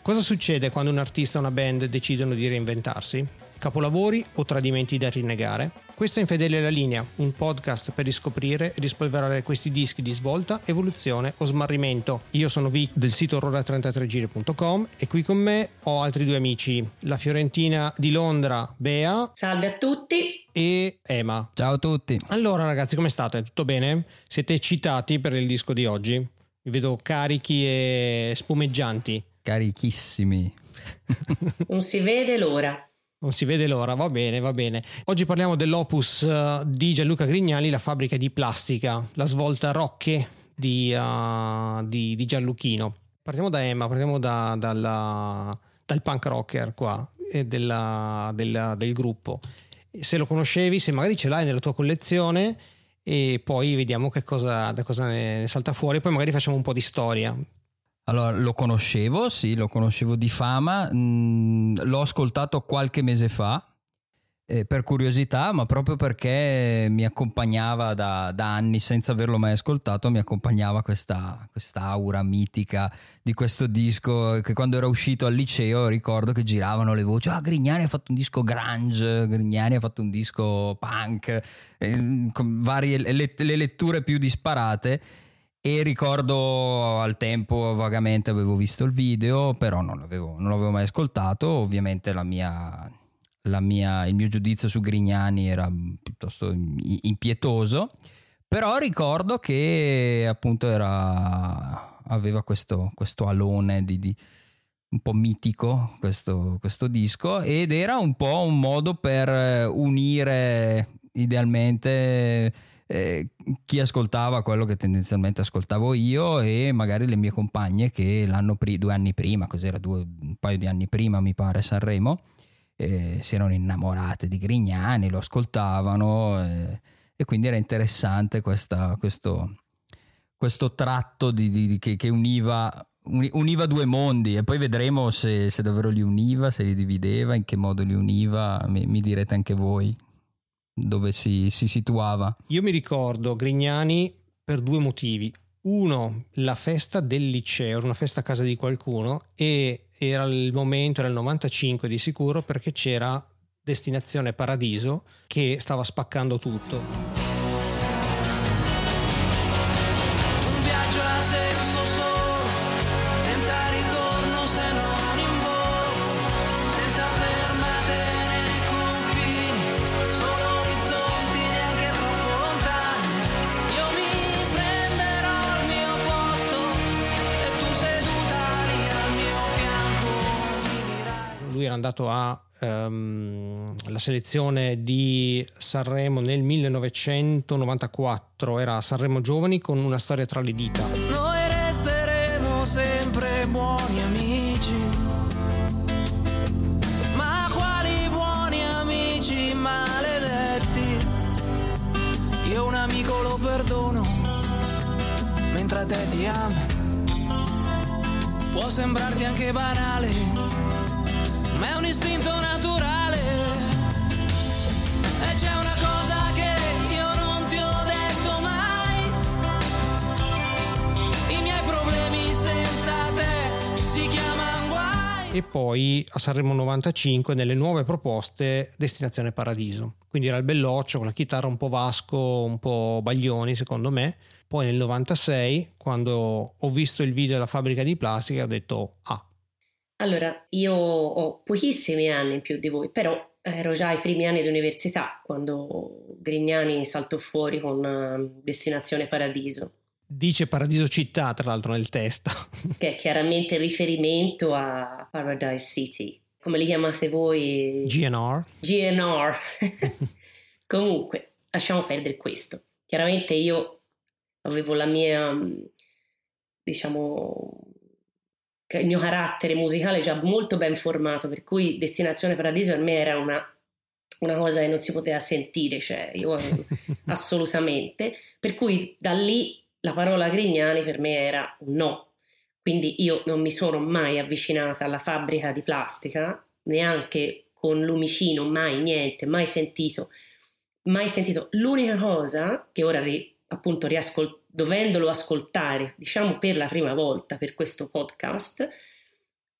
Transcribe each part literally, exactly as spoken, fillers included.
Cosa succede quando un artista o una band decidono di reinventarsi? Capolavori o tradimenti da rinnegare? Questo è Infedeli alla linea, un podcast per riscoprire e rispolverare questi dischi di svolta, evoluzione o smarrimento. Io sono Vic del sito aurora trentatré giri punto com e qui con me ho altri due amici, la fiorentina di Londra, Bea. Salve a tutti. E Ema. Ciao a tutti. Allora ragazzi, come state? Tutto bene? Siete eccitati per il disco di oggi? Vi vedo carichi e spumeggianti. Carichissimi. Non si vede l'ora. Non si vede l'ora, va bene, va bene. Oggi parliamo dell'opus uh, di Gianluca Grignani, La fabbrica di plastica, la svolta rocche di, uh, di, di Gianluchino. Partiamo da Emma, partiamo da, dalla, dal punk rocker qua, e della, della, del gruppo. Se lo conoscevi, se magari ce l'hai nella tua collezione, e poi vediamo che cosa, da cosa ne, ne salta fuori, poi magari facciamo un po' di storia. Allora, lo conoscevo, sì, lo conoscevo di fama, mm, l'ho ascoltato qualche mese fa eh, per curiosità, ma proprio perché mi accompagnava da, da anni, senza averlo mai ascoltato, mi accompagnava questa, questa aura mitica di questo disco che quando era uscito al liceo ricordo che giravano le voci, ah Grignani ha fatto un disco grunge, Grignani ha fatto un disco punk, eh, con varie le, le letture più disparate. E ricordo al tempo vagamente avevo visto il video, però non l'avevo, non l'avevo mai ascoltato. Ovviamente la mia, la mia, il mio giudizio su Grignani era piuttosto impietoso, però ricordo che appunto era, aveva questo, questo alone di, di un po' mitico questo, questo disco, ed era un po' un modo per unire idealmente Eh, chi ascoltava quello che tendenzialmente ascoltavo io e magari le mie compagne che l'anno pri- due anni prima, cos'era due, un paio di anni prima mi pare, Sanremo, eh, si erano innamorate di Grignani, lo ascoltavano eh, e quindi era interessante questa, questo, questo tratto di, di, di, che, che univa univa due mondi, e poi vedremo se, se davvero li univa, se li divideva, in che modo li univa. Mi, mi direte anche voi dove si, si situava. Io mi ricordo Grignani per due motivi. Uno, la festa del liceo, era una festa a casa di qualcuno e era il momento, era il novantacinque di sicuro, perché c'era Destinazione Paradiso che stava spaccando tutto. Lui era andato a um, la selezione di Sanremo nel millenovecentonovantaquattro, era a Sanremo Giovani con Una storia tra le dita. Noi resteremo sempre buoni amici, ma quali buoni amici maledetti. Io un amico lo perdono, mentre te ti amo. Può sembrarti anche banale, ma è un istinto naturale. E c'è una cosa che io non ti ho detto mai: i miei problemi senza te si chiamano guai. E poi a Sanremo novantacinque nelle nuove proposte Destinazione Paradiso, quindi era il belloccio con la chitarra un po' Vasco, un po' Baglioni secondo me. Poi nel novantasei, quando ho visto il video della fabbrica di plastica, ho detto ah. Allora, io ho pochissimi anni in più di voi, però ero già ai primi anni di università quando Grignani saltò fuori con Destinazione Paradiso. Dice Paradiso Città, tra l'altro, nel testo. Che è chiaramente riferimento a Paradise City. Come li chiamate voi? G N R. G N R. Comunque, lasciamo perdere questo. Chiaramente io avevo la mia, diciamo, il mio carattere musicale già molto ben formato, per cui Destinazione Paradiso per me era una, una cosa che non si poteva sentire, cioè io assolutamente, per cui da lì la parola Grignani per me era un no. Quindi io non mi sono mai avvicinata alla fabbrica di plastica, neanche con Lumicino, mai niente, mai sentito, mai sentito. L'unica cosa che ora ri, appunto riascol- dovendolo ascoltare, diciamo per la prima volta per questo podcast,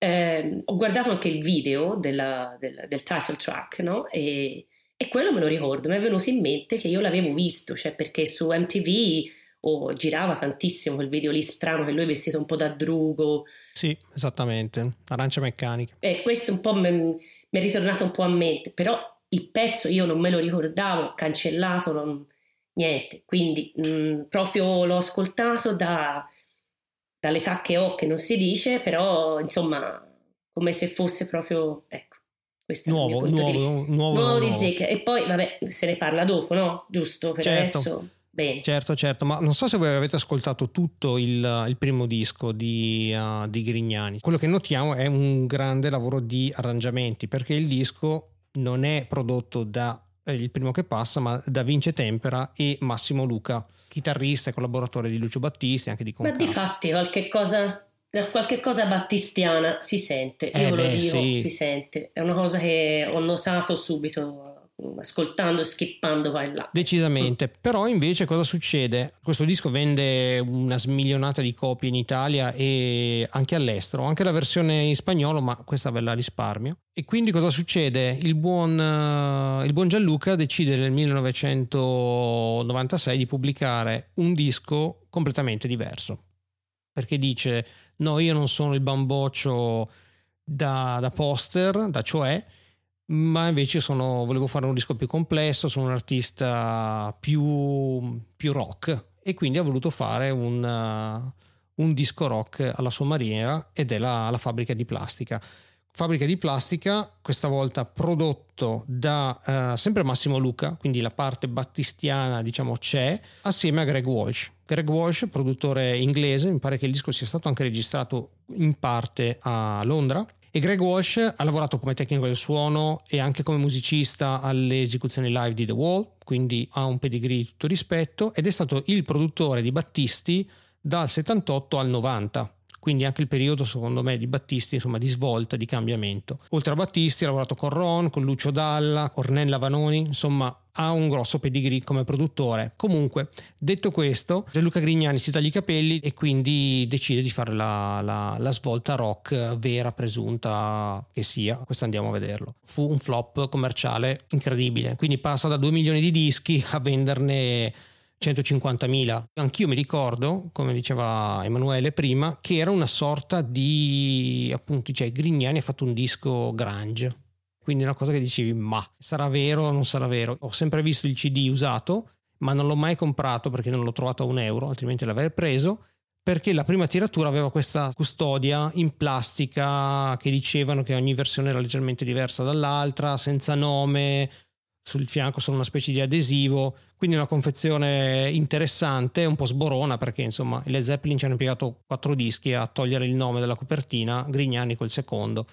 eh, ho guardato anche il video della, del, del title track, no? E, e quello me lo ricordo, mi è venuto in mente che io l'avevo visto, cioè perché su M T V oh, girava tantissimo quel video lì strano che lui è vestito un po' da drugo. Sì, esattamente, Arancia Meccanica. E questo un po' mi è ritornato un po' a mente, però il pezzo io non me lo ricordavo, cancellato, non, niente, quindi mh, proprio l'ho ascoltato da, dall'età che ho, che non si dice, però insomma come se fosse proprio, ecco, questo nuovo, è il mio punto nuovo, di, nuovo, nuovo di nuovo. Zecca. E poi vabbè, se ne parla dopo, no? Giusto? Per Certo. adesso... Bene. Certo, certo, ma non so se voi avete ascoltato tutto il, il primo disco di, uh, di Grignani. Quello che notiamo è un grande lavoro di arrangiamenti, perché il disco non è prodotto da eh, il primo che passa, ma da Vince Tempera e Massimo Luca, chitarrista e collaboratore di Lucio Battisti, anche di Concatto. Ma difatti qualche cosa, qualche cosa battistiana si sente, io Eh ve lo beh, dico, sì. si sente. È una cosa che ho notato subito ascoltando e skippando qua e là. Decisamente, però invece cosa succede? Questo disco vende una smilionata di copie in Italia e anche all'estero, anche la versione in spagnolo, ma questa ve la risparmio. E quindi cosa succede? Il buon, uh, il buon Gianluca decide nel millenovecentonovantasei di pubblicare un disco completamente diverso, perché dice no, io non sono il bamboccio da, da poster, da cioè, ma invece sono, volevo fare un disco più complesso, sono un artista più, più rock, e quindi ha voluto fare un, uh, un disco rock alla sua maniera, ed è la, la Fabbrica di Plastica. Fabbrica di Plastica, questa volta prodotto da uh, sempre Massimo Luca, quindi la parte battistiana diciamo c'è, assieme a Greg Walsh. Greg Walsh, produttore inglese, mi pare che il disco sia stato anche registrato in parte a Londra. E Greg Walsh ha lavorato come tecnico del suono e anche come musicista alle esecuzioni live di The Wall, quindi ha un pedigree di tutto rispetto, ed è stato il produttore di Battisti dal settantotto al novanta, quindi anche il periodo secondo me di Battisti, insomma, di svolta, di cambiamento. Oltre a Battisti ha lavorato con Ron, con Lucio Dalla, Ornella Vanoni, insomma ha un grosso pedigree come produttore. Comunque, detto questo, Gianluca Grignani si taglia i capelli e quindi decide di fare la, la, la svolta rock vera, presunta che sia. Questo andiamo a vederlo. Fu un flop commerciale incredibile, quindi passa da due milioni di dischi a venderne centocinquantamila. Anch'io mi ricordo, come diceva Emanuele prima, che era una sorta di, appunto, cioè Grignani ha fatto un disco grunge, quindi una cosa che dicevi ma sarà vero o non sarà vero. Ho sempre visto il C D usato, ma non l'ho mai comprato perché non l'ho trovato a un euro, altrimenti l'avrei preso, perché la prima tiratura aveva questa custodia in plastica che dicevano che ogni versione era leggermente diversa dall'altra, senza nome, sul fianco solo una specie di adesivo, quindi una confezione interessante, un po' sborona, perché insomma i Led Zeppelin ci hanno impiegato quattro dischi a togliere il nome dalla copertina, Grignani col secondo,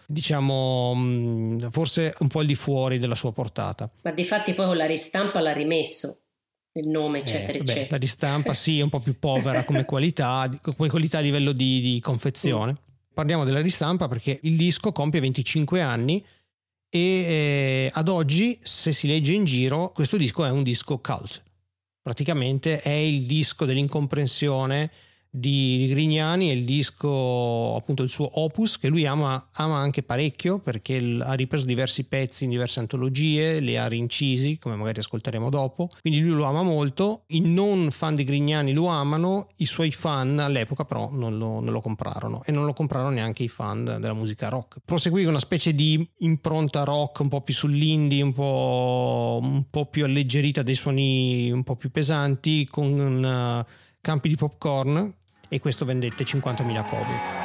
diciamo forse un po' al di fuori della sua portata. Ma difatti poi con la ristampa l'ha rimesso il nome, eccetera, eh, eccetera. Beh, la ristampa sì, è un po' più povera come qualità, come qualità a livello di, di confezione. Mm. Parliamo della ristampa perché il disco compie venticinque anni e eh, ad oggi, se si legge in giro, questo disco è un disco cult. Praticamente è il disco dell'incomprensione di, di Grignani, è il disco, appunto il suo opus, che lui ama, ama anche parecchio, perché l- ha ripreso diversi pezzi in diverse antologie, li ha rincisi, come magari ascolteremo dopo, quindi lui lo ama molto. I non fan di Grignani lo amano, i suoi fan all'epoca però non lo, non lo comprarono, e non lo comprarono neanche i fan della musica rock. Proseguì una specie di impronta rock un po' più sull'indie, un po', un po' più alleggerita, dei suoni un po' più pesanti, con uh, Campi di Popcorn, e questo vendette cinquantamila copie.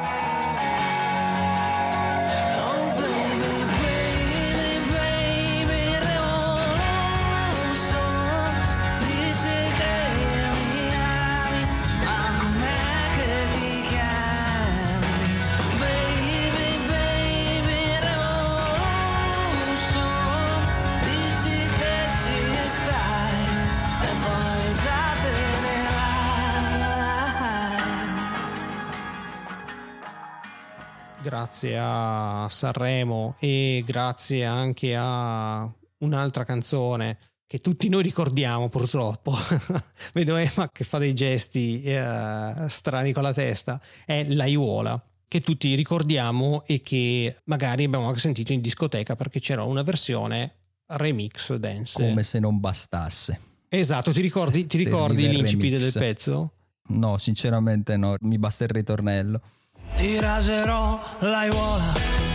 Grazie a Sanremo e grazie anche a un'altra canzone che tutti noi ricordiamo purtroppo, vedo Emma che fa dei gesti eh, strani con la testa, è L'Aiuola. che tutti ricordiamo e che magari abbiamo anche sentito in discoteca perché c'era una versione remix dance. Come se non bastasse. Esatto, ti ricordi, ti ricordi l'incipit del pezzo? No, sinceramente no, mi basta il ritornello. Ti raserò l'aiuola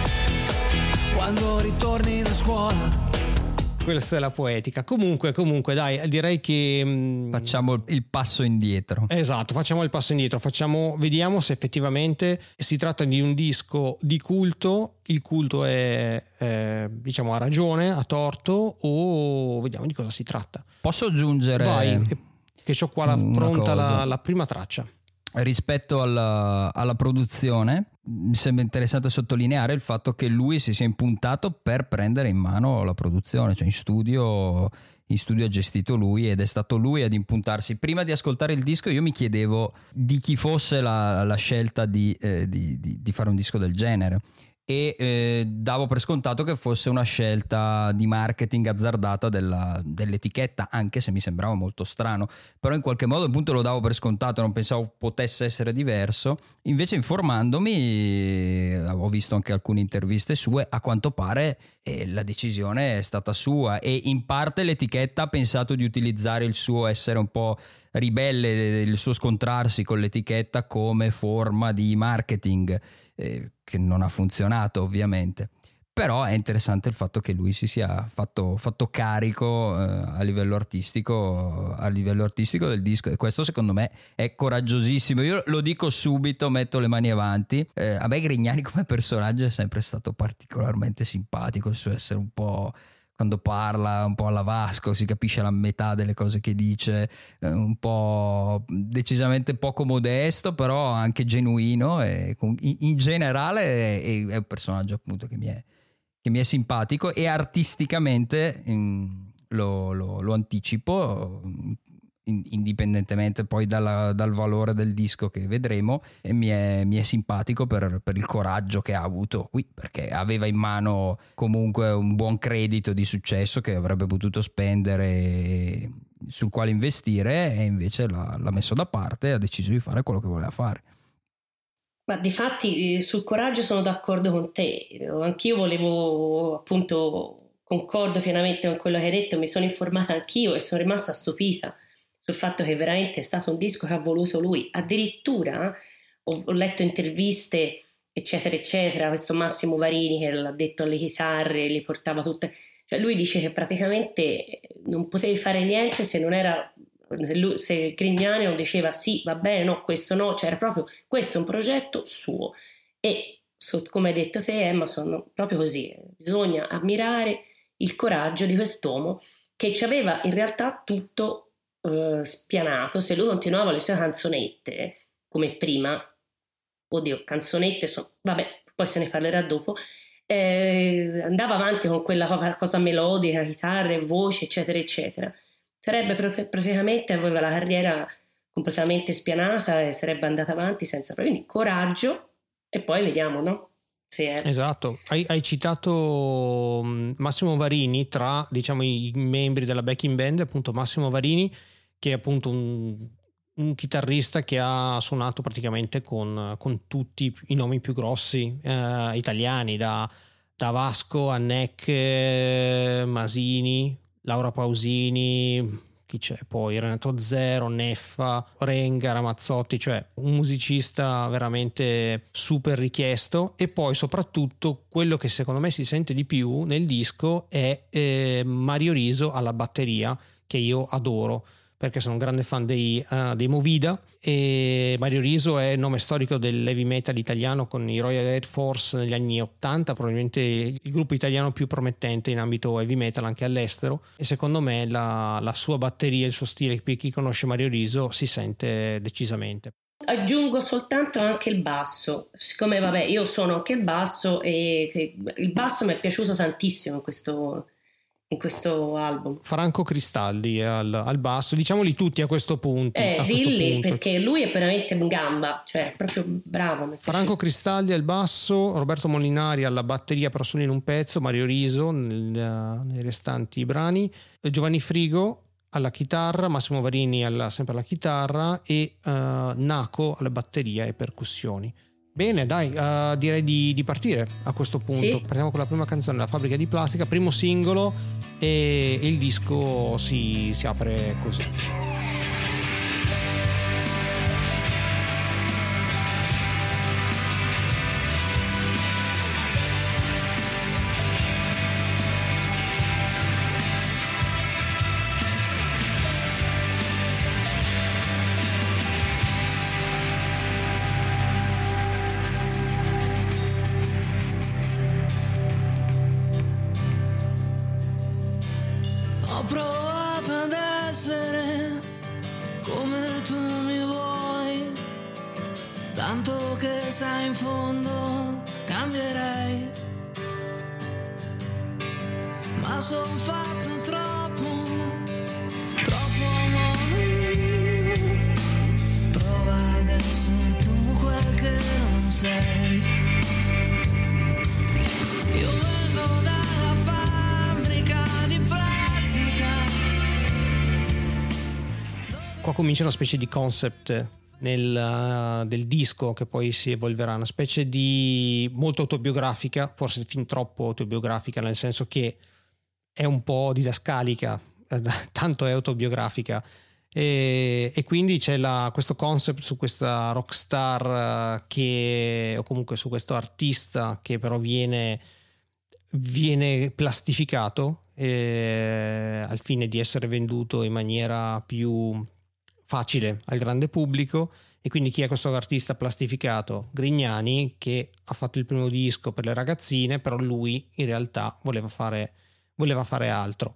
quando ritorni da scuola. Questa è la poetica. Comunque, comunque, dai, direi che mh, facciamo il passo indietro. Esatto, facciamo il passo indietro, facciamo, vediamo se effettivamente si tratta di un disco di culto, il culto è, è diciamo ha ragione, ha torto, o vediamo di cosa si tratta. Posso aggiungere? Vai, che c'ho qua la, pronta la, la prima traccia. Rispetto alla, alla produzione, mi sembra interessante sottolineare il fatto che lui si sia impuntato per prendere in mano la produzione, cioè in studio, in studio ha gestito lui ed è stato lui ad impuntarsi. Prima di ascoltare il disco io mi chiedevo di chi fosse la, la scelta di, eh, di, di, di fare un disco del genere e eh, davo per scontato che fosse una scelta di marketing azzardata della, dell'etichetta, anche se mi sembrava molto strano, però in qualche modo appunto lo davo per scontato, non pensavo potesse essere diverso. Invece informandomi ho visto anche alcune interviste sue, a quanto pare eh, la decisione è stata sua e in parte l'etichetta ha pensato di utilizzare il suo essere un po' ribelle, il suo scontrarsi con l'etichetta come forma di marketing, eh, che non ha funzionato ovviamente. Però è interessante il fatto che lui si sia fatto, fatto carico eh, a livello artistico a livello artistico del disco, e questo secondo me è coraggiosissimo. Io lo dico subito, metto le mani avanti. Eh, a me Grignani come personaggio è sempre stato particolarmente simpatico, il suo essere un po', quando parla un po' alla Vasco, si capisce la metà delle cose che dice, eh, un po' decisamente poco modesto, però anche genuino, e in, in generale è, è un personaggio appunto che mi è che mi è simpatico, e artisticamente in, lo, lo, lo anticipo, in, indipendentemente poi dalla, dal valore del disco che vedremo, e mi è, mi è simpatico per, per il coraggio che ha avuto qui, perché aveva in mano comunque un buon credito di successo che avrebbe potuto spendere, sul quale investire, e invece l'ha, l'ha messo da parte e ha deciso di fare quello che voleva fare. Ma difatti sul coraggio sono d'accordo con te, anch'io volevo, appunto, concordo pienamente con quello che hai detto, mi sono informata anch'io e sono rimasta stupita sul fatto che veramente è stato un disco che ha voluto lui. Addirittura ho, ho letto interviste eccetera eccetera, questo Massimo Varini che l'ha detto alle chitarre, li portava tutte, cioè lui dice che praticamente non potevi fare niente se non era... se Grignani non diceva sì, va bene, no, questo no, cioè era proprio questo è un progetto suo. E so, come hai detto te, Emma, sono proprio così, bisogna ammirare il coraggio di quest'uomo che ci aveva in realtà tutto eh, spianato. Se lui continuava le sue canzonette come prima, oddio, canzonette sono, vabbè, poi se ne parlerà dopo, eh, andava avanti con quella cosa melodica, chitarre, voci eccetera eccetera, sarebbe praticamente, aveva la carriera completamente spianata e sarebbe andata avanti senza problemi. Coraggio, e poi vediamo, no? Se è... Esatto, hai, hai citato Massimo Varini tra, diciamo, i membri della backing band, appunto Massimo Varini, che è appunto un, un chitarrista che ha suonato praticamente con, con tutti i nomi più grossi eh, italiani, da, da Vasco a Neck, eh, Masini, Laura Pausini, chi c'è poi, Renato Zero, Neffa, Renga, Ramazzotti, cioè un musicista veramente super richiesto. E poi soprattutto quello che secondo me si sente di più nel disco è eh, Mario Riso alla batteria, che io adoro perché sono un grande fan dei, uh, dei Movida, e Mario Riso è il nome storico dell'heavy metal italiano con i Royal Air Force negli anni ottanta, probabilmente il gruppo italiano più promettente in ambito heavy metal anche all'estero, e secondo me la, la sua batteria, il suo stile, per chi conosce Mario Riso si sente decisamente. Aggiungo soltanto anche il basso, siccome vabbè io suono anche il basso e il basso mi è piaciuto tantissimo in questo in questo album. Franco Cristaldi al, al basso, diciamoli tutti a questo punto. Eh, a dilli, questo punto. Perché lui è veramente in gamba, cioè proprio bravo. Franco Cristaldi al basso, Roberto Molinari alla batteria però solo in un pezzo, Mario Riso nel, nei restanti brani, Giovanni Frigo alla chitarra, Massimo Varini alla, sempre alla chitarra, e uh, Naco alla batteria e percussioni. Bene, dai, uh, direi di, di partire a questo punto. Sì. Partiamo con la prima canzone, La fabbrica di plastica, primo singolo, e, e il disco si, si apre così. Ho provato ad essere come tu mi vuoi, tanto che sai in fondo cambierei, ma son fatto troppo, troppo amore. Prova ad essere tu quel che non sei. Io vengo dalla fabbrica di plastica. Qua comincia una specie di concept nel, uh, del disco che poi si evolverà, una specie di molto autobiografica, forse fin troppo autobiografica, nel senso che è un po' didascalica, eh, tanto è autobiografica, e, e quindi c'è la, questo concept su questa rockstar uh, che, o comunque su questo artista che però viene, viene plastificato eh, al fine di essere venduto in maniera più facile al grande pubblico. E quindi chi è questo artista plastificato? Grignani, che ha fatto il primo disco per le ragazzine, però lui in realtà voleva fare, voleva fare altro.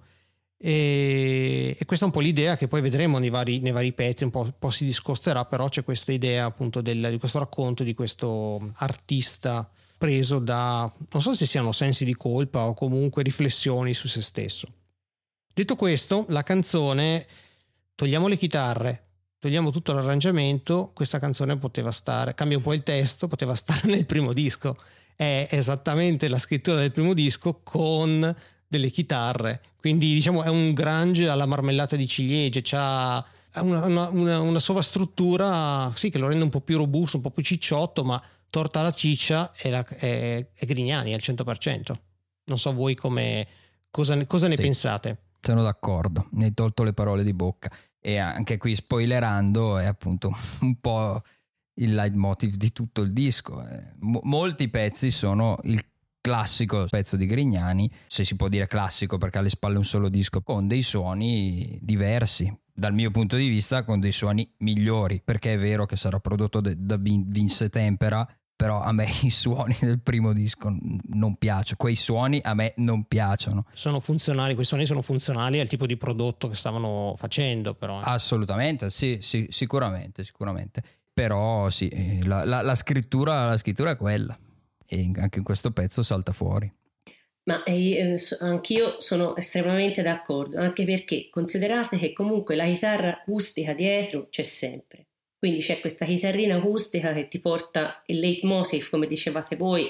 E, e questa è un po' l'idea che poi vedremo nei vari, nei vari pezzi, un po', un po' si discosterà, però c'è questa idea appunto del, di questo racconto di questo artista preso da, non so se siano sensi di colpa o comunque riflessioni su se stesso. Detto questo, la canzone, togliamo le chitarre, togliamo tutto l'arrangiamento, questa canzone poteva stare, cambia un po' il testo, poteva stare nel primo disco, è esattamente la scrittura del primo disco con delle chitarre, quindi diciamo è un grunge alla marmellata di ciliegie, c'ha una, una, una, una sovrastruttura sì, che lo rende un po' più robusto, un po' più cicciotto, ma torta alla ciccia è, la, è, è Grignani al cento per cento. Non so voi come, cosa, cosa ne sì, pensate. Sono d'accordo, mi hai tolto le parole di bocca. E anche qui, spoilerando, è appunto un po' il leitmotiv di tutto il disco. M- molti pezzi sono il classico pezzo di Grignani, se si può dire classico perché ha alle spalle un solo disco, con dei suoni diversi, dal mio punto di vista con dei suoni migliori, perché è vero che sarà prodotto de- da Vince Tempera, però a me i suoni del primo disco non piacciono, quei suoni a me non piacciono. Sono funzionali, quei suoni sono funzionali al tipo di prodotto che stavano facendo, però. Assolutamente, sì, sì, sicuramente, sicuramente. Però sì, la, la, la scrittura, la scrittura è quella, e anche in questo pezzo salta fuori. Ma eh, anch'io sono estremamente d'accordo, anche perché considerate che comunque la chitarra acustica dietro c'è sempre. Quindi c'è questa chitarrina acustica che ti porta il leitmotiv, come dicevate voi,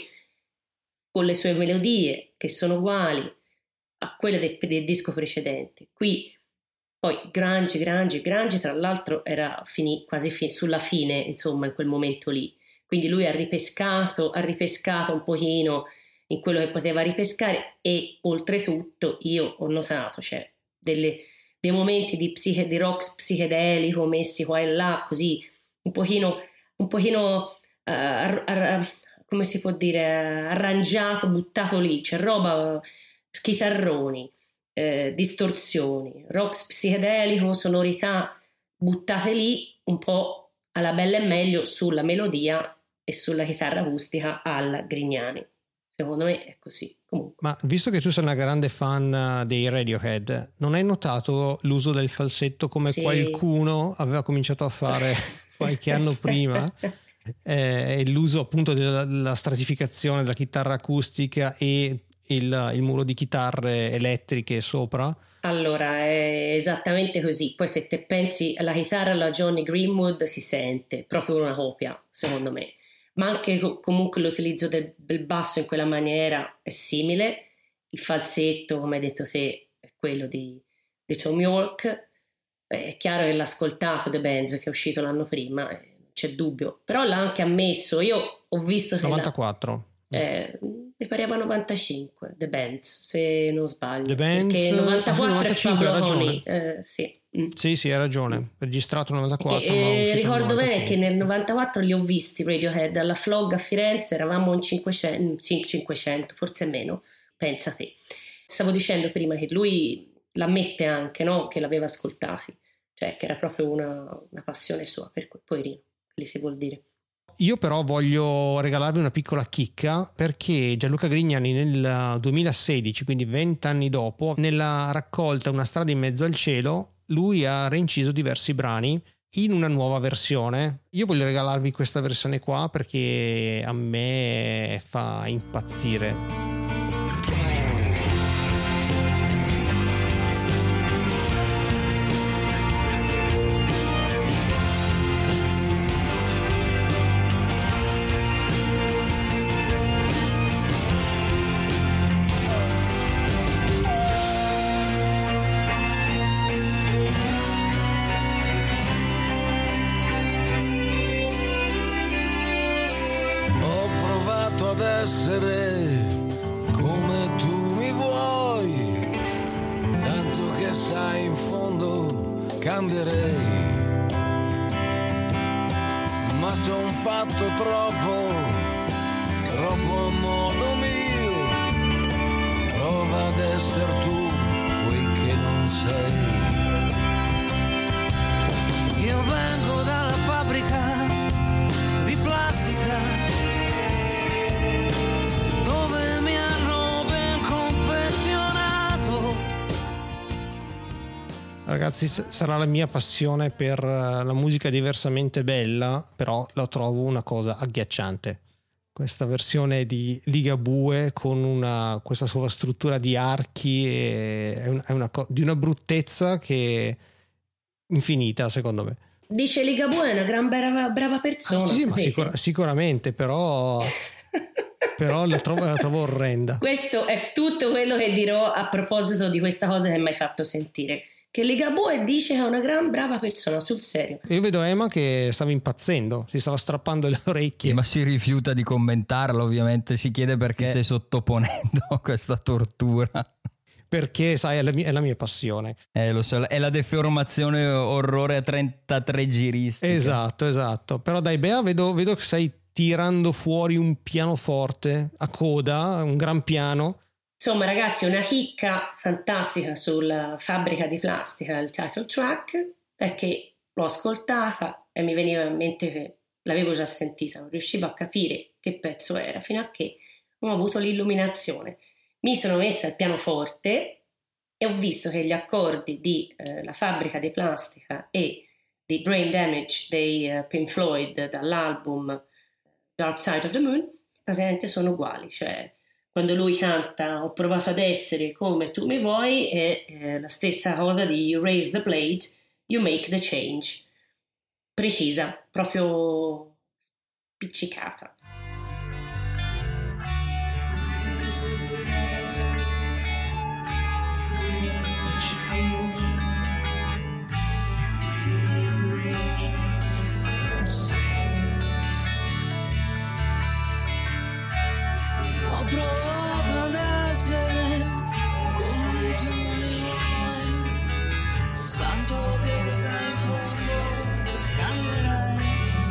con le sue melodie che sono uguali a quelle del, del disco precedente. Qui poi grunge, grunge, grunge, tra l'altro era finì, quasi fi, sulla fine, insomma, in quel momento lì. Quindi lui ha ripescato, ha ripescato un pochino in quello che poteva ripescare, e oltretutto io ho notato, cioè, delle... dei momenti di, psiche, di rock psichedelico messi qua e là, così un pochino, un pochino uh, ar, ar, come si può dire, arrangiato, buttato lì, c'è roba, chitarroni, eh, distorsioni, rock psichedelico, sonorità buttate lì un po' alla bella e meglio sulla melodia e sulla chitarra acustica alla Grignani. Secondo me è così. Comunque. Ma visto che tu sei una grande fan dei Radiohead, non hai notato l'uso del falsetto come sì. qualcuno aveva cominciato a fare qualche anno prima? Eh, e l'uso appunto della, della stratificazione della chitarra acustica e il, il muro di chitarre elettriche sopra? Allora, è esattamente così. Poi se te pensi alla chitarra alla Johnny Greenwood si sente proprio una copia, secondo me. Ma anche comunque l'utilizzo del, del basso in quella maniera è simile. Il falsetto, come hai detto te, è quello di, di Tom York. È chiaro che l'ha ascoltato The Benz, che è uscito l'anno prima, e non c'è dubbio, però l'ha anche ammesso. Io ho visto che novantaquattro la, eh, mi pareva novantacinque The Bands, se non sbaglio, The Bands, perché novantaquattro ah, novantacinque, è Pablo hai ragione. Honey, eh, sì. Mm. Sì, sì, hai ragione, registrato nel novantaquattro. E, ma e uscito ricordo nel bene che novantacinque. nel novantaquattro li ho visti Radiohead alla Flog a Firenze, eravamo in cinquecento, cinquecento, forse meno, pensa te. Stavo dicendo prima che lui l'ammette anche, no? Che l'aveva ascoltati, cioè che era proprio una, una passione sua, per cui poverino, che si vuol dire. Io però voglio regalarvi una piccola chicca, perché Gianluca Grignani nel duemilasedici, quindi vent'anni dopo, nella raccolta Una strada in mezzo al cielo, lui ha reinciso diversi brani in una nuova versione. Io voglio regalarvi questa versione qua perché a me fa impazzire. Essere come tu mi vuoi, tanto che sai in fondo cambierei, ma son fatto troppo, troppo a modo mio, prova ad essere tu quel che non sei. Io vengo dalla fabbrica di plastica dove mi hanno ben confezionato. Ragazzi, sarà la mia passione per la musica diversamente bella, però la trovo una cosa agghiacciante. Questa versione di Ligabue con una, questa sua struttura di archi è, un, è una co- di una bruttezza che è infinita, secondo me. Dice Ligabue è una gran brava, brava persona. Ah, sì, ma sicur- sicuramente, però... però la trovo, la trovo orrenda. Questo è tutto quello che dirò a proposito di questa cosa che mi hai fatto sentire, che Ligabue dice che è una gran brava persona, sul serio. Io vedo Emma che stava impazzendo, si stava strappando le orecchie. Sì, ma si rifiuta di commentarlo, ovviamente, si chiede perché Eh. stai sottoponendo a questa tortura. Perché sai, è la mia, è la mia passione. Eh, lo so, è la deformazione orrore a trentatré giristica. Esatto, esatto. Però dai, Bea, vedo, vedo che stai tirando fuori un pianoforte a coda, un gran piano. Insomma, ragazzi, una chicca fantastica sulla Fabbrica di Plastica, il title track, è che l'ho ascoltata e mi veniva in mente che l'avevo già sentita, non riuscivo a capire che pezzo era, fino a che non ho avuto l'illuminazione. Mi sono messa al pianoforte e ho visto che gli accordi di eh, La Fabbrica di Plastica e di Brain Damage dei uh, Pink Floyd dall'album Dark Side of the Moon praticamente sono uguali, cioè quando lui canta ho provato ad essere come tu mi vuoi è eh, la stessa cosa di You raise the blade, you make the change, precisa, proprio spiccicata. Ho provato ad essere come tu mi vuoi, santo che sei in fondo, cambierai.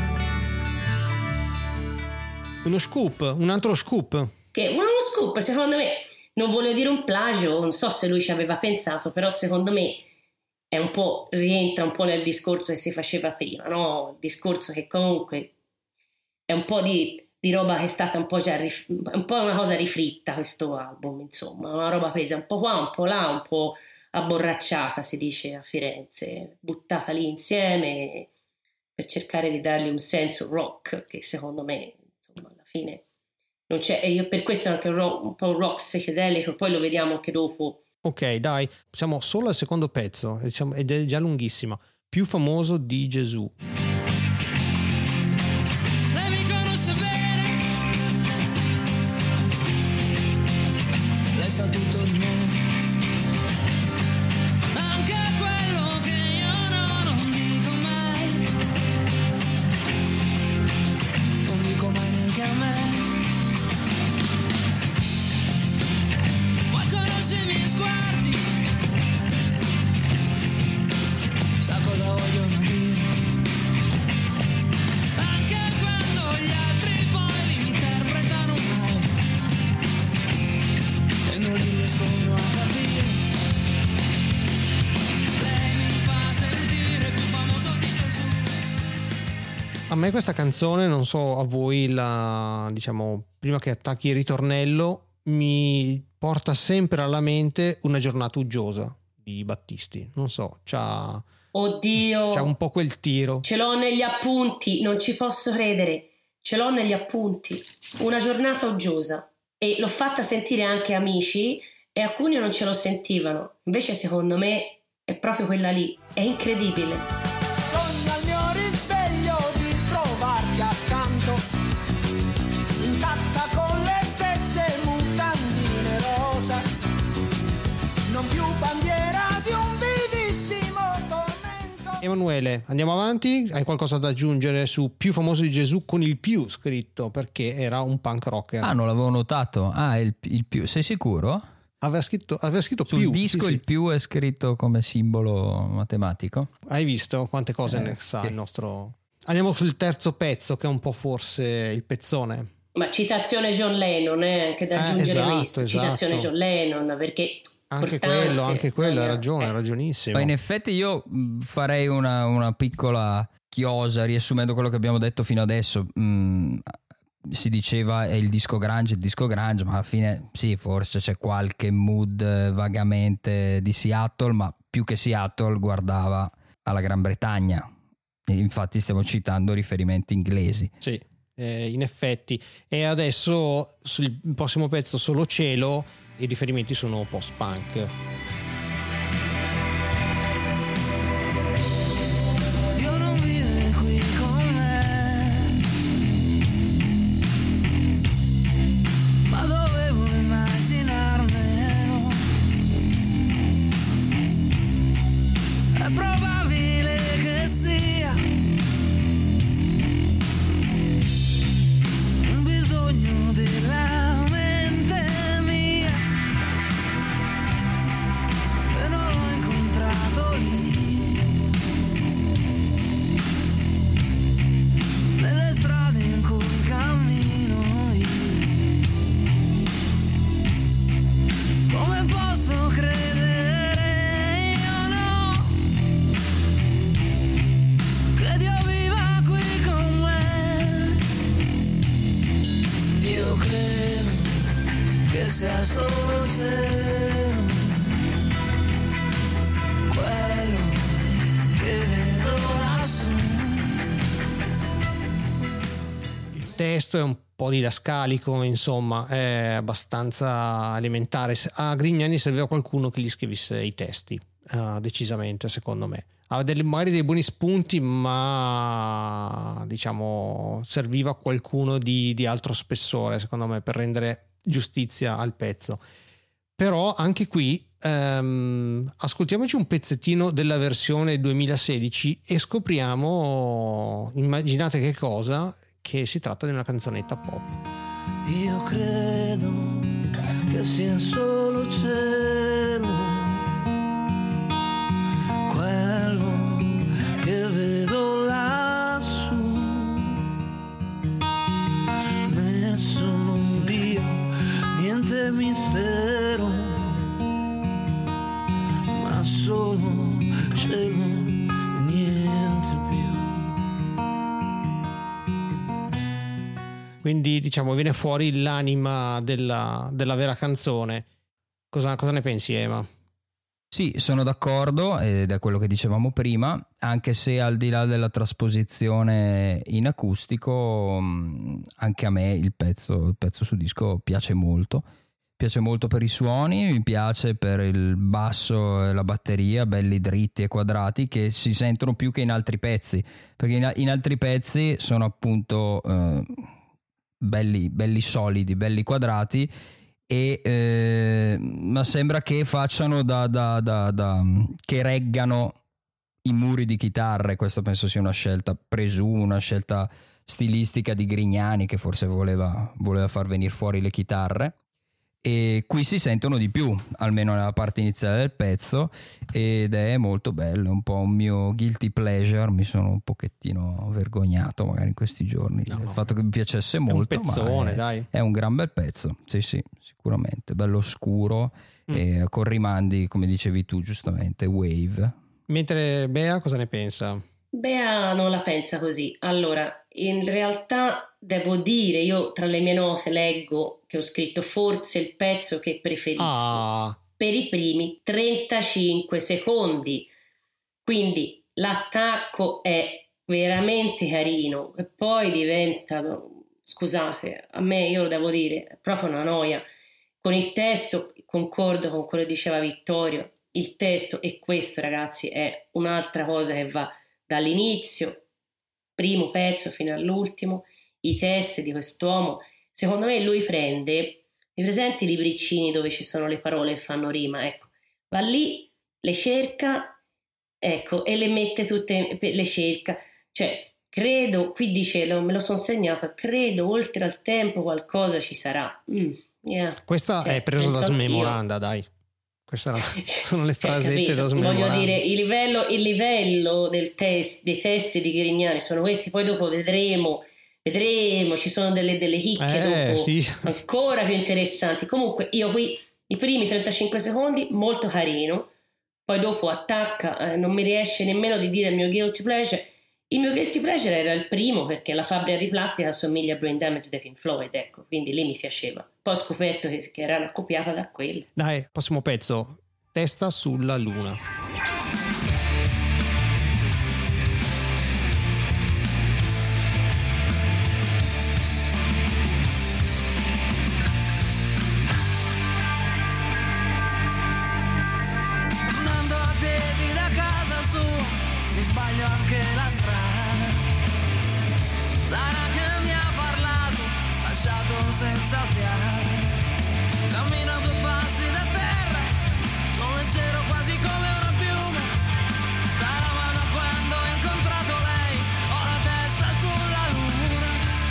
Uno scoop, un altro scoop. Che uno scoop, secondo me, non voglio dire un plagio, non so se lui ci aveva pensato, però secondo me è un po', rientra un po' nel discorso che si faceva prima, no? Il discorso che comunque è un po' di, di roba che è stata un po' già rif- un po' una cosa rifritta, questo album, insomma, una roba presa un po' qua, un po' là, un po' abborracciata, si dice a Firenze, buttata lì insieme per cercare di dargli un senso rock che secondo me, insomma, alla fine non c'è, e io per questo è anche un, rock, un po' un rock psichedelico, poi lo vediamo anche dopo. Ok, dai, siamo solo al secondo pezzo, diciamo, ed è già lunghissima. Più famoso di Gesù. Lei mi conosce bene, lei sa tutto di me, anche quello che io no, non dico mai. me questa canzone, non so a voi, la, diciamo, prima che attacchi il ritornello, mi porta sempre alla mente Una giornata uggiosa di Battisti. Non so, c'ha, Oddio, c'ha un po' quel tiro. Ce l'ho negli appunti, non ci posso credere. Ce l'ho negli appunti. Una giornata uggiosa. E l'ho fatta sentire anche a amici e alcuni non ce lo sentivano. Invece secondo me è proprio quella lì. È incredibile. Sogno al mio risveglio di trovarti accanto, intatta con le stesse mutandine rosa, non più bandiera di un vivissimo tormento. Emanuele, andiamo avanti? Hai qualcosa da aggiungere su Più famoso di Gesù con il più scritto, perché era un punk rocker? Ah, non l'avevo notato. Ah, il, il più. Sei sicuro? Aveva scritto, aveva scritto Sul più. disco sì, il sì. più è scritto come simbolo matematico. Hai visto quante cose Eh, ne sa sì. il nostro... Andiamo sul terzo pezzo, che è un po' forse il pezzone. Ma citazione John Lennon, eh, anche da Eh, aggiungere esatto, questo. esatto. Citazione John Lennon, perché Anche importante. quello, anche quello, hai Eh, ragione, eh. hai ragionissimo. Ma in effetti io mh, farei una, una piccola chiosa riassumendo quello che abbiamo detto fino adesso. Mh, si diceva è il disco grunge, il disco grunge, ma alla fine sì, forse c'è qualche mood eh, vagamente di Seattle, ma più che Seattle guardava alla Gran Bretagna. E infatti stiamo citando riferimenti inglesi. Sì, eh, in effetti. E adesso sul prossimo pezzo, Solo Cielo, i riferimenti sono post-punk. Io non vivo qui con me, ma dovevo immaginarmelo. È probabile che sia un bisogno della mente mia, e non l'ho incontrato lì, nelle strade in cui cammino io. Come posso credere io no, che Dio viva qui con me? Io credo che sia solo il cielo quello che vedo lassù. Il testo è un po' didascalico, insomma, è abbastanza elementare. A Grignani serviva qualcuno che gli scrivesse i testi, eh, decisamente, secondo me. Ha delle, magari dei buoni spunti, ma diciamo serviva qualcuno di, di altro spessore, secondo me, per rendere giustizia al pezzo. Però anche qui ehm, ascoltiamoci un pezzettino della versione duemilasedici e scopriamo, immaginate che cosa, che si tratta di una canzonetta pop. Io credo che sia solo cielo quello che vedo lassù, nessun Dio, niente mistero, ma solo cielo e niente più. Quindi diciamo viene fuori l'anima della, della vera canzone. Cosa, cosa ne pensi, Ema? Sì, sono d'accordo ed è quello che dicevamo prima, anche se al di là della trasposizione in acustico, mh, anche a me il pezzo, il pezzo su disco piace molto. Piace molto per i suoni, mi piace per il basso e la batteria, belli dritti e quadrati, che si sentono più che in altri pezzi, perché in, in altri pezzi sono appunto eh, belli, belli solidi, belli quadrati, e eh, ma sembra che facciano da, da, da, da che reggano i muri di chitarre. Questo penso sia una scelta, presumo una scelta stilistica di Grignani, che forse voleva, voleva far venire fuori le chitarre, e qui si sentono di più, almeno nella parte iniziale del pezzo, ed è molto bello, è un po' un mio guilty pleasure. Mi sono un pochettino vergognato magari in questi giorni No, del no. fatto che mi piacesse molto, è un pezzone, ma è, dai. è un gran bel pezzo, sì sì, sicuramente, bello scuro, Mm. e con rimandi, come dicevi tu giustamente, wave. Mentre Bea cosa ne pensa? Bea non la pensa così. Allora, in realtà devo dire, io tra le mie note leggo che ho scritto forse il pezzo che preferisco Ah. per i primi trentacinque secondi. Quindi l'attacco è veramente carino e poi diventa, scusate, a me, io lo devo dire, è proprio una noia. Con il testo concordo con quello che diceva Vittorio, il testo, e questo ragazzi è un'altra cosa che va dall'inizio, primo pezzo fino all'ultimo, i testi di quest'uomo. Secondo me lui prende, mi presenti i libricini dove ci sono le parole che fanno rima, ecco, va lì, le cerca, ecco, e le mette tutte, le cerca, cioè credo, qui dice, lo, me lo sono segnato, credo oltre al tempo qualcosa ci sarà. Mm, yeah. Questa Cioè, è preso da penso anch'io. smemoranda, dai. Queste sono le Cioè, frasette capito? da smemoranda. Voglio dire, il livello, il livello del test, dei testi di Grignani sono questi, poi dopo vedremo, vedremo, ci sono delle, delle chicche Eh, dopo sì. ancora più interessanti. Comunque io qui i primi trentacinque secondi molto carino, poi dopo attacca, eh, non mi riesce nemmeno di dire il mio guilty pleasure. Il mio guilty pleasure era il primo, perché la fabbrica di plastica assomiglia a Brain Damage dei Pink Floyd, ecco, quindi lì mi piaceva. Poi ho scoperto che, che era una copiata da quello. Dai, prossimo pezzo. Testa sulla luna. Andando a piedi da casa su, mi sbaglio anche la strada. Sarà che mi ha parlato, lasciato senza fiato. Cammino a due passi da terra, sono leggero quasi come una piuma. Sarà ma da quando ho incontrato lei, ho la testa sulla luna.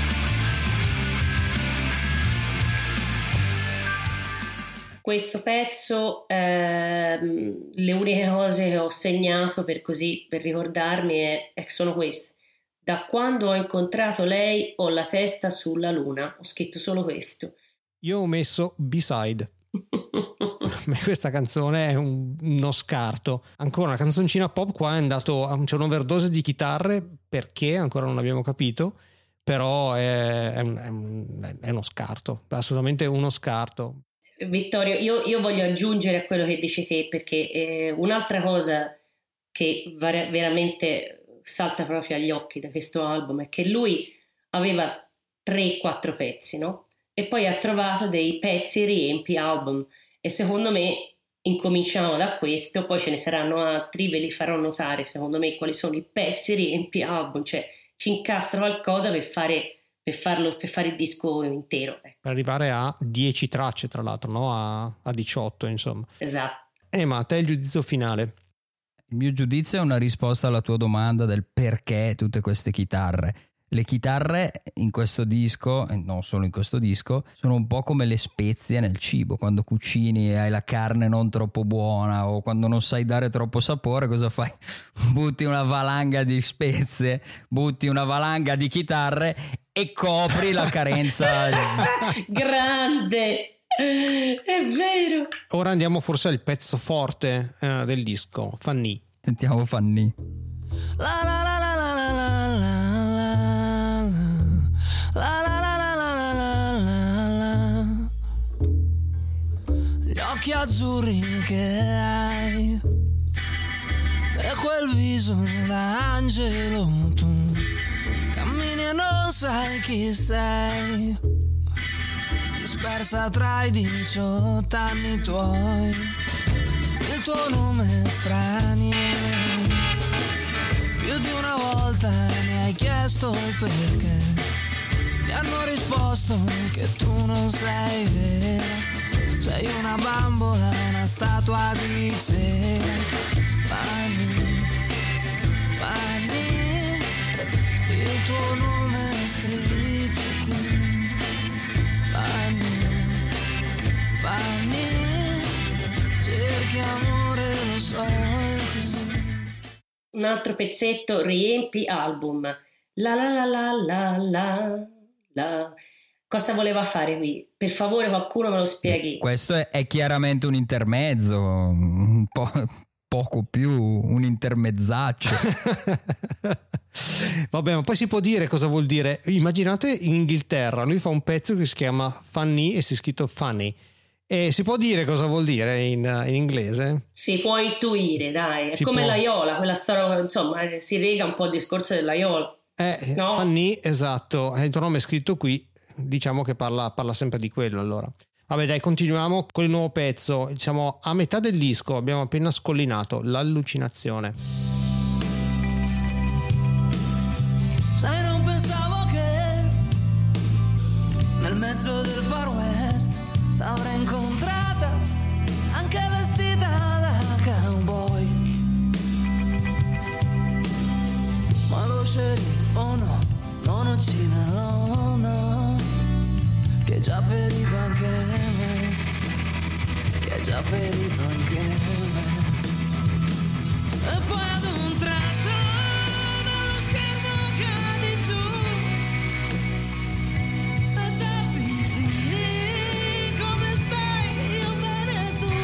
Questo pezzo, ehm, le uniche cose che ho segnato per così, per ricordarmi è, è- sono queste. Da quando ho incontrato lei ho la testa sulla luna, ho scritto solo questo. Io ho messo B-side. Per me questa canzone è un- uno scarto. Ancora una canzoncina pop, qua è andato, c'è un'overdose di chitarre, perché ancora non abbiamo capito, però è, è un- è un- è uno scarto, assolutamente uno scarto. Vittorio, io, io voglio aggiungere a quello che dici te, perché eh, un'altra cosa che var- veramente salta proprio agli occhi da questo album è che lui aveva tre quattro pezzi, no? E poi ha trovato dei pezzi riempi album, e secondo me incominciamo da questo, poi ce ne saranno altri, ve li farò notare secondo me quali sono i pezzi riempi album, cioè ci incastra qualcosa per fare, per farlo, per fare il disco intero, ecco. Per arrivare a dieci tracce, tra l'altro, no? A, a diciotto, insomma. Esatto. Eh, ma a te il giudizio finale? Il mio giudizio è una risposta alla tua domanda del perché tutte queste chitarre. Le chitarre in questo disco, e non solo in questo disco, sono un po' come le spezie nel cibo. Quando cucini e hai la carne non troppo buona, o quando non sai dare troppo sapore, cosa fai? Butti una valanga di spezie, butti una valanga di chitarre e copri la carenza. Grande, è vero. Ora andiamo forse al pezzo forte eh, del disco, Fanny. Sentiamo Fanny. La la la la la la la la la la la la la la la la. Gli occhi azzurri che hai e quel viso da angelo, tu cammini e non sai chi sei, dispersa tra i diciotto anni tuoi, il tuo nome è straniero. Più di una volta mi hai chiesto il perché, ti hanno risposto che tu non sei vera, sei una bambola, una statua di cera. Fanny, Fanny, il tuo nome è scritto qui. Fanny, Fanny, cerchi amore, lo so, è così. Un altro pezzetto, riempi album. La la la la la la la. Cosa voleva fare qui? Per favore qualcuno me lo spieghi. Questo è, è chiaramente un intermezzo, un po', poco più un intermezzaccio. Vabbè, ma poi si può dire cosa vuol dire. Immaginate in Inghilterra, lui fa un pezzo che si chiama Funny e si è scritto Funny. E si può dire cosa vuol dire in, in inglese? Si può intuire, dai. È si come può... l'Aiola, quella storia, insomma, si lega un po' al discorso dell'Aiola. Eh, no? Funny, esatto. Il tuo nome è scritto qui, diciamo che parla, parla sempre di quello allora. Vabbè dai, continuiamo con il nuovo pezzo. Diciamo a metà del disco abbiamo appena scollinato L'allucinazione. Sai, non pensavo che nel mezzo del Far West t'avrei incontrata anche vestita da cowboy, ma lo sceriffo no, non ucciderlo, no, che è già ferito anche me, che è già ferito anche me. E poi ad un tratto dallo schermo cadi giù e t'avvicini, come stai? Io bene, tu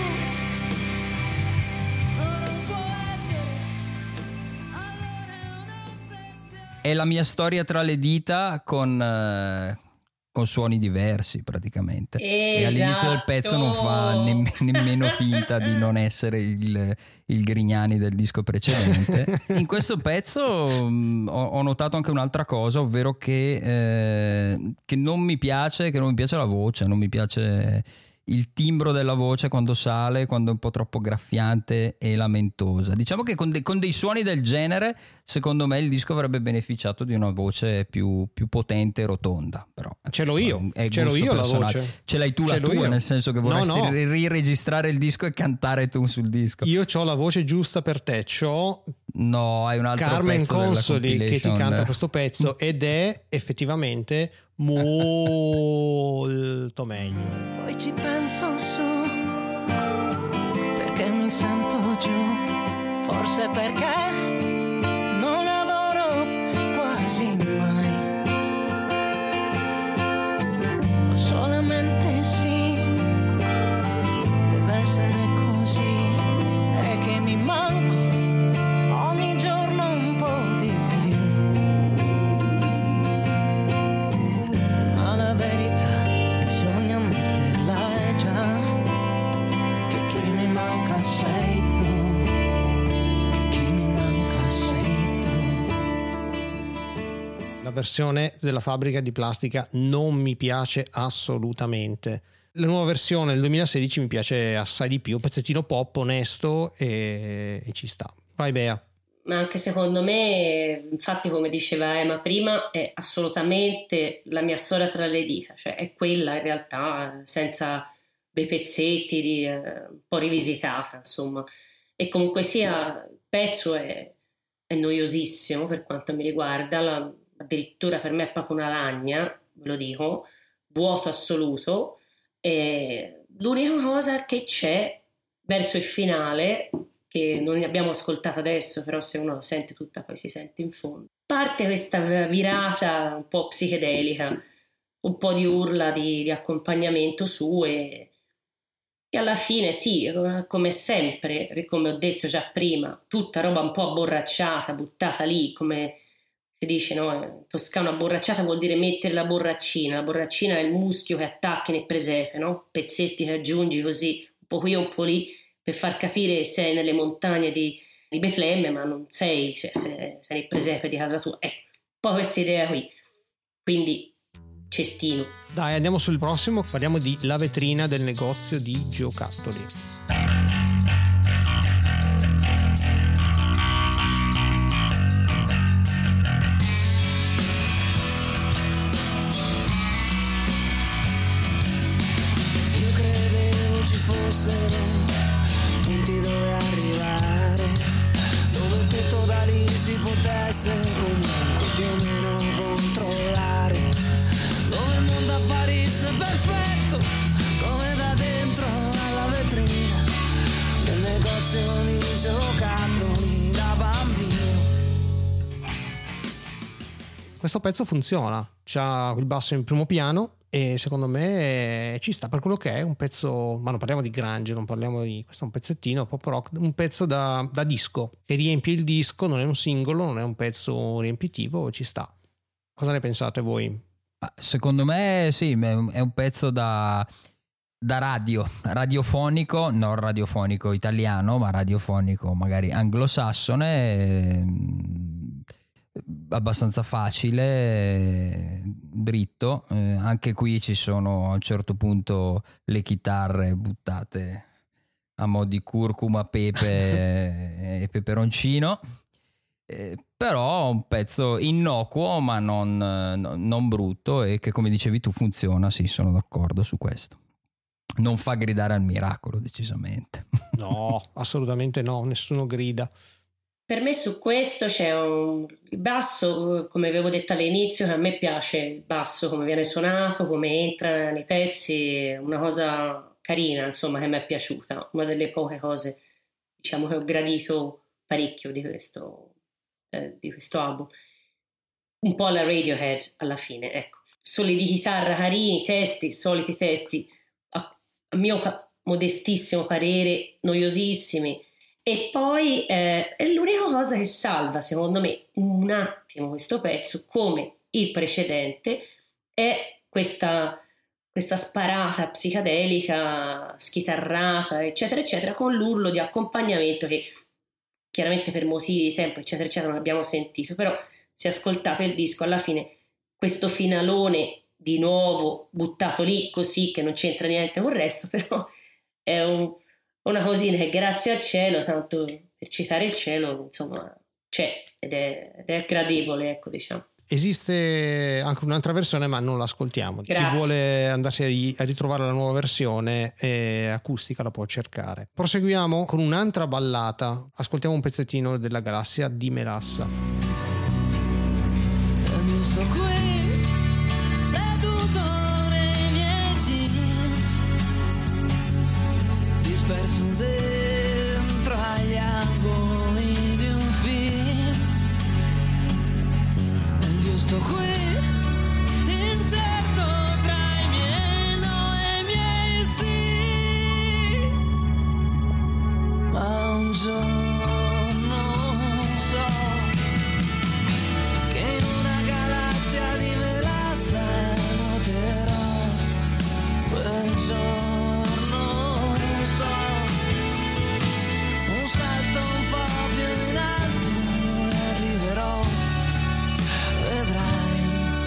non può essere, allora è un'ossessione. È la mia storia tra le dita con... Eh... con suoni diversi praticamente. Esatto. E all'inizio del pezzo non fa nemm- nemmeno finta di non essere il, il Grignani del disco precedente. In questo pezzo mh, ho, ho notato anche un'altra cosa, ovvero che, eh, che non mi piace che non mi piace la voce, non mi piace il timbro della voce quando sale, quando è un po' troppo graffiante e lamentosa. Diciamo che con, de- con dei suoni del genere secondo me il disco avrebbe beneficiato di una voce più, più potente e rotonda, però ce l'ho io, è ce l'ho io personale. La voce. Ce l'hai tu ce la tua, io. nel senso che vorresti no, no. riregistrare il disco e cantare tu sul disco. Io c'ho la voce giusta per te, c'ho no, hai un altro Carmen pezzo Consoli che ti canta questo Mm. pezzo ed è effettivamente molto meglio. Poi ci penso su, perché mi sento giù, forse perché non lavoro quasi mai, o solamente sì, deve essere così, è che mi manco ogni giorno un po' di più, ma la verità bisogna ammetterla, è già che chi mi manca sei tu, chi mi manca sei tu. La versione della Fabbrica di Plastica non mi piace assolutamente. La nuova versione del duemilasedici mi piace assai di più, un pezzettino pop onesto e, e ci sta. Vai Bea. Ma anche secondo me, infatti come diceva Emma prima, è assolutamente la mia storia tra le dita, cioè è quella in realtà senza dei pezzetti di, eh, un po' rivisitata insomma, e comunque sia il pezzo è, è noiosissimo per quanto mi riguarda, la, addirittura per me è proprio una lagna, ve lo dico, vuoto assoluto, e l'unica cosa che c'è verso il finale, che non ne abbiamo ascoltato adesso, però se uno la sente tutta poi si sente in fondo, parte questa virata un po' psichedelica, un po' di urla di, di accompagnamento su, e che alla fine sì, come sempre, come ho detto già prima, tutta roba un po' abborracciata, buttata lì, come si dice, no? In toscano abborracciata vuol dire mettere la borraccina, la borraccina è il muschio che attacchi nel presepe, no? Pezzetti che aggiungi così, un po' qui o un po' lì, per far capire che sei nelle montagne di, di Betlemme, ma non sei, cioè sei, sei nel presepe di casa tua. Ecco, un po' questa idea qui. Quindi, cestino. Dai, andiamo sul prossimo, parliamo di La vetrina del negozio di giocattoli. Io credevo ci fossero punti dove arrivare, dove tutto da lì si potesse comunque più o meno controllare, dove il mondo apparisse perfetto come da dentro alla vetrina del negozio di giocattoli da bambino. Questo pezzo funziona, c'ha il basso in primo piano e secondo me ci sta per quello che è un pezzo, ma non parliamo di grunge, non parliamo di, questo è un pezzettino pop rock, un pezzo da, da disco che riempie il disco, non è un singolo, non è un pezzo riempitivo, ci sta. Cosa ne pensate voi? Secondo me sì, è un pezzo da, da radio, radiofonico, non radiofonico italiano, ma radiofonico magari anglosassone, abbastanza facile, dritto. Eh, anche qui ci sono a un certo punto le chitarre buttate a mo' di curcuma, pepe e peperoncino. Eh, però un pezzo innocuo ma non, non brutto, e che, come dicevi tu, funziona. Sì, sono d'accordo su questo. Non fa gridare al miracolo, decisamente. No, assolutamente no, nessuno grida. Per me su questo c'è un il basso, come avevo detto all'inizio, che a me piace il basso, come viene suonato, come entra nei pezzi, una cosa carina, insomma, che mi è piaciuta, una delle poche cose, diciamo, che ho gradito parecchio di questo, eh, di questo album. Un po' la Radiohead alla fine, ecco. Soli di chitarra carini, testi, soliti testi, a, a mio pa- modestissimo parere, noiosissimi. E poi eh, è l'unica cosa che salva, secondo me, un attimo questo pezzo, come il precedente, è questa, questa sparata psichedelica, schitarrata, eccetera, eccetera, con l'urlo di accompagnamento che chiaramente per motivi di tempo, eccetera, eccetera, non abbiamo sentito, però se ascoltate il disco, alla fine questo finalone di nuovo buttato lì così, che non c'entra niente con il resto, però è un... una cosina che grazie al cielo, tanto per citare il cielo, insomma, c'è ed è, ed è gradevole, ecco, diciamo. Esiste anche un'altra versione, ma non l'ascoltiamo. Grazie. Chi vuole andarsi a ritrovare la nuova versione eh, acustica la può cercare. Proseguiamo con un'altra ballata. Ascoltiamo un pezzettino della Galassia di Melassa. Io sto qui seduto nei miei jeans, disperso dentro agli angoli di un film, ed io sto qui incerto tra i miei no e i miei sì, ma un giorno so che in una galassia di Melassa noterò quel giorno, so, un salto un po' più in alto e arriverò, vedrai,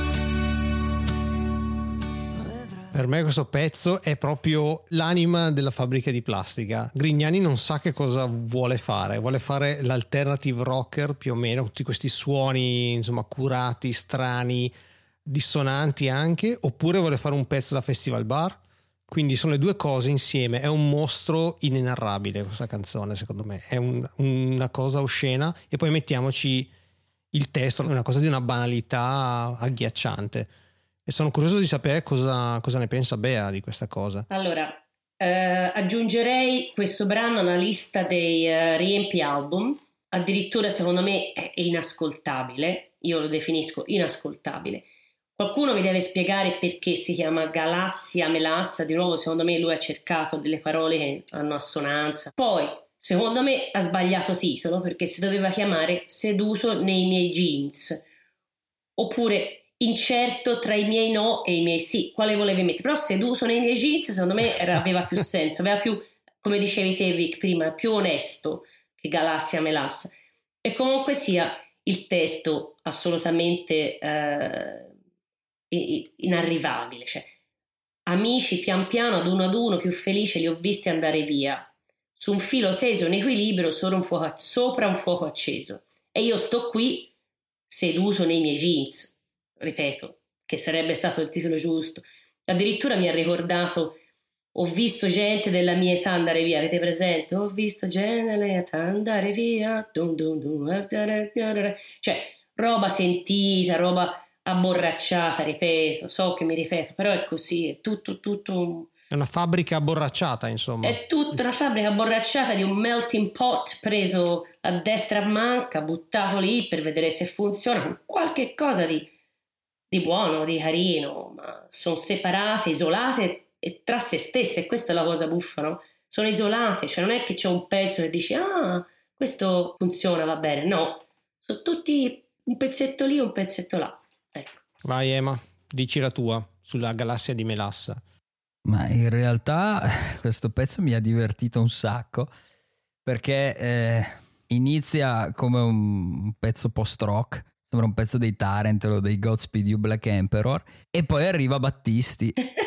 vedrai. Per me questo pezzo è proprio l'anima della Fabbrica di Plastica. Grignani non sa che cosa vuole fare, vuole fare l'alternative rocker più o meno, tutti questi suoni insomma curati, strani, dissonanti anche, oppure vuole fare un pezzo da festival bar. Quindi sono le due cose insieme. È un mostro inenarrabile questa canzone, secondo me è un, una cosa oscena, e poi mettiamoci il testo, è una cosa di una banalità agghiacciante, e sono curioso di sapere cosa, cosa ne pensa Bea di questa cosa. Allora, eh, aggiungerei questo brano alla lista dei eh, riempi album. Addirittura secondo me è inascoltabile, io lo definisco inascoltabile. Qualcuno mi deve spiegare perché si chiama Galassia Melassa. Di nuovo, secondo me lui ha cercato delle parole che hanno assonanza. Poi, secondo me ha sbagliato titolo, perché si doveva chiamare Seduto nei miei jeans, oppure Incerto tra i miei no e i miei sì. Quale volevi mettere? Però Seduto nei miei jeans secondo me era, aveva più senso, aveva più, come dicevi te Vic prima, più onesto che Galassia Melassa. E comunque sia, il testo assolutamente eh, inarrivabile, cioè amici pian piano ad uno ad uno più felici li ho visti andare via, su un filo teso in equilibrio sopra un fuoco, sopra un fuoco acceso, e io sto qui seduto nei miei jeans, ripeto, che sarebbe stato il titolo giusto. Addirittura mi ha ricordato Ho visto gente della mia età andare via, avete presente? Ho visto gente della mia età andare via, dun dun dun, cioè roba sentita, roba abborracciata, ripeto, so che mi ripeto, però è così, è tutto, tutto... È una fabbrica abborracciata, insomma. È tutta una fabbrica abborracciata di un melting pot preso a destra a manca, buttato lì per vedere se funziona, con qualche cosa di, di buono, di carino, ma ma sono separate, isolate e tra se stesse, e questa è la cosa buffa, no? Sono isolate, cioè non è che c'è un pezzo che dici ah, questo funziona, va bene, no, sono tutti un pezzetto lì, un pezzetto là. Ecco. Vai Ema, dici la tua sulla galassia di Melassa. Ma in realtà questo pezzo mi ha divertito un sacco perché eh, inizia come un pezzo post-rock, sembra un pezzo dei Tarent o dei Godspeed You Black Emperor, e poi arriva Battisti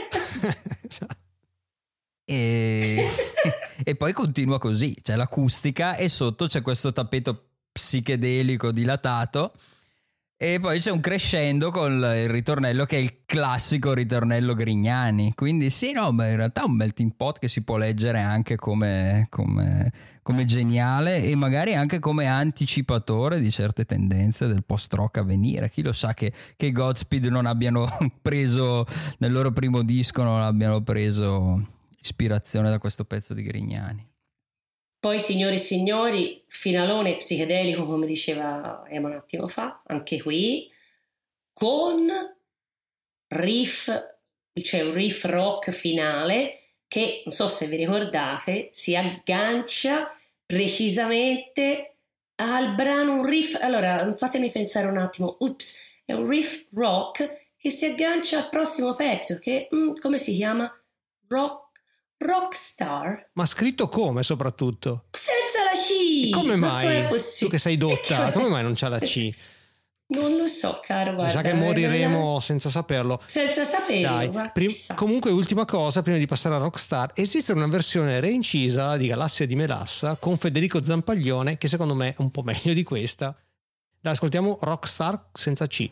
e, e poi continua così, c'è l'acustica e sotto c'è questo tappeto psichedelico dilatato e poi c'è un crescendo con il ritornello che è il classico ritornello Grignani, quindi sì, no, ma in realtà è un melting pot che si può leggere anche come, come, come geniale e magari anche come anticipatore di certe tendenze del post-rock a venire. Chi lo sa che, che i Godspeed non abbiano preso nel loro primo disco, non abbiano preso ispirazione da questo pezzo di Grignani. Poi, signori e signori, finalone psichedelico, come diceva Emma un attimo fa, anche qui, con riff, c'è un riff rock finale che, non so se vi ricordate, si aggancia precisamente al brano, un riff, allora fatemi pensare un attimo, ups, è un riff rock che si aggancia al prossimo pezzo, che, mm, come si chiama? Rock. Rockstar. Ma scritto come soprattutto? Senza la C. E come mai? Ma tu che sei dotta, come mai non c'ha la C? Non lo so, caro, guarda. Mi sa che moriremo senza saperlo. Senza saperlo. Dai, prim- comunque ultima cosa, prima di passare a Rockstar, esiste una versione reincisa di Galassia di Melassa con Federico Zampaglione che secondo me è un po' meglio di questa. Dai, ascoltiamo Rockstar senza C.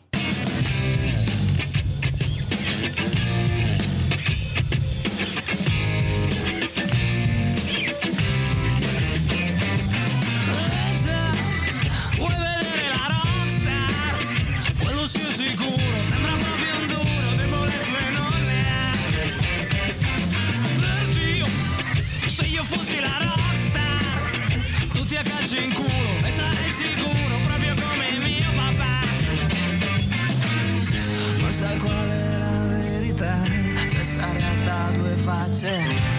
In culo e sarei sicuro proprio come mio papà. Ma sai qual è la verità? Se sta realtà ha due facce,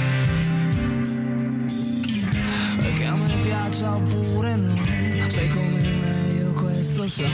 che a me piaccia oppure no, sai come me io questo so.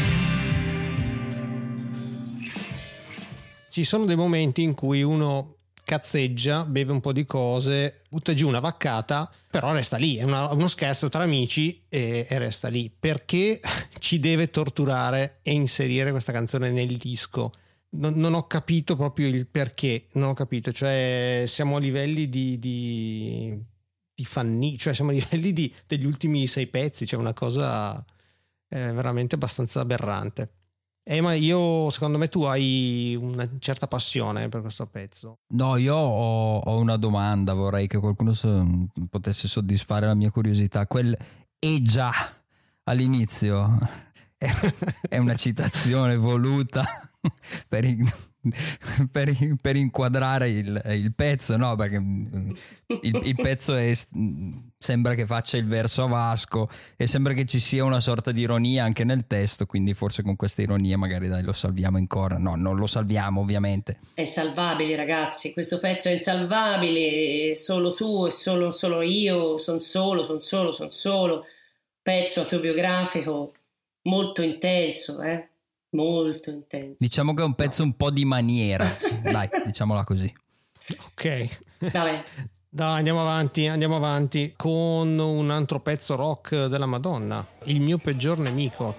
Ci sono dei momenti in cui uno cazzeggia, beve un po' di cose, butta giù una vaccata, però resta lì, è una, uno scherzo tra amici e, e resta lì. Perché ci deve torturare e inserire questa canzone nel disco? Non, non ho capito proprio il perché, non ho capito, cioè siamo a livelli di, di, di fanni, cioè siamo a livelli di, degli ultimi sei pezzi, cioè una cosa eh, veramente abbastanza aberrante. Eh, ma io, secondo me tu hai una certa passione per questo pezzo. No, io ho, ho una domanda, vorrei che qualcuno so, potesse soddisfare la mia curiosità. Quel "e già" all'inizio è, è una citazione voluta per, per, per inquadrare il, il pezzo, no? Perché il, il pezzo è, sembra che faccia il verso a Vasco e sembra che ci sia una sorta di ironia anche nel testo, quindi forse con questa ironia magari dai, lo salviamo in corna. No, non lo salviamo ovviamente. È salvabile, ragazzi, questo pezzo è insalvabile, solo tu e solo, solo io, son solo, son solo, son solo. Pezzo autobiografico molto intenso, eh? Molto intenso. Diciamo che è un pezzo un po' di maniera, dai, diciamola così. Ok. Vabbè. Dai, andiamo avanti, andiamo avanti con un altro pezzo rock della Madonna, Il mio peggior nemico.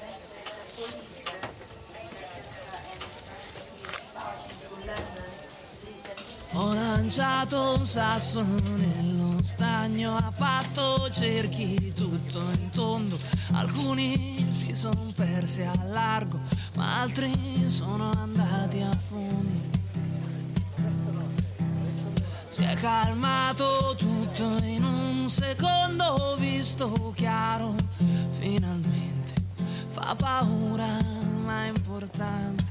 Ho lanciato un sasso nello stagno, ha fatto cerchi tutto in tondo. Alcuni si sono persi al largo, ma altri sono andati a fondo. Si è calmato tutto in un secondo, ho visto chiaro, finalmente. Fa paura, ma è importante,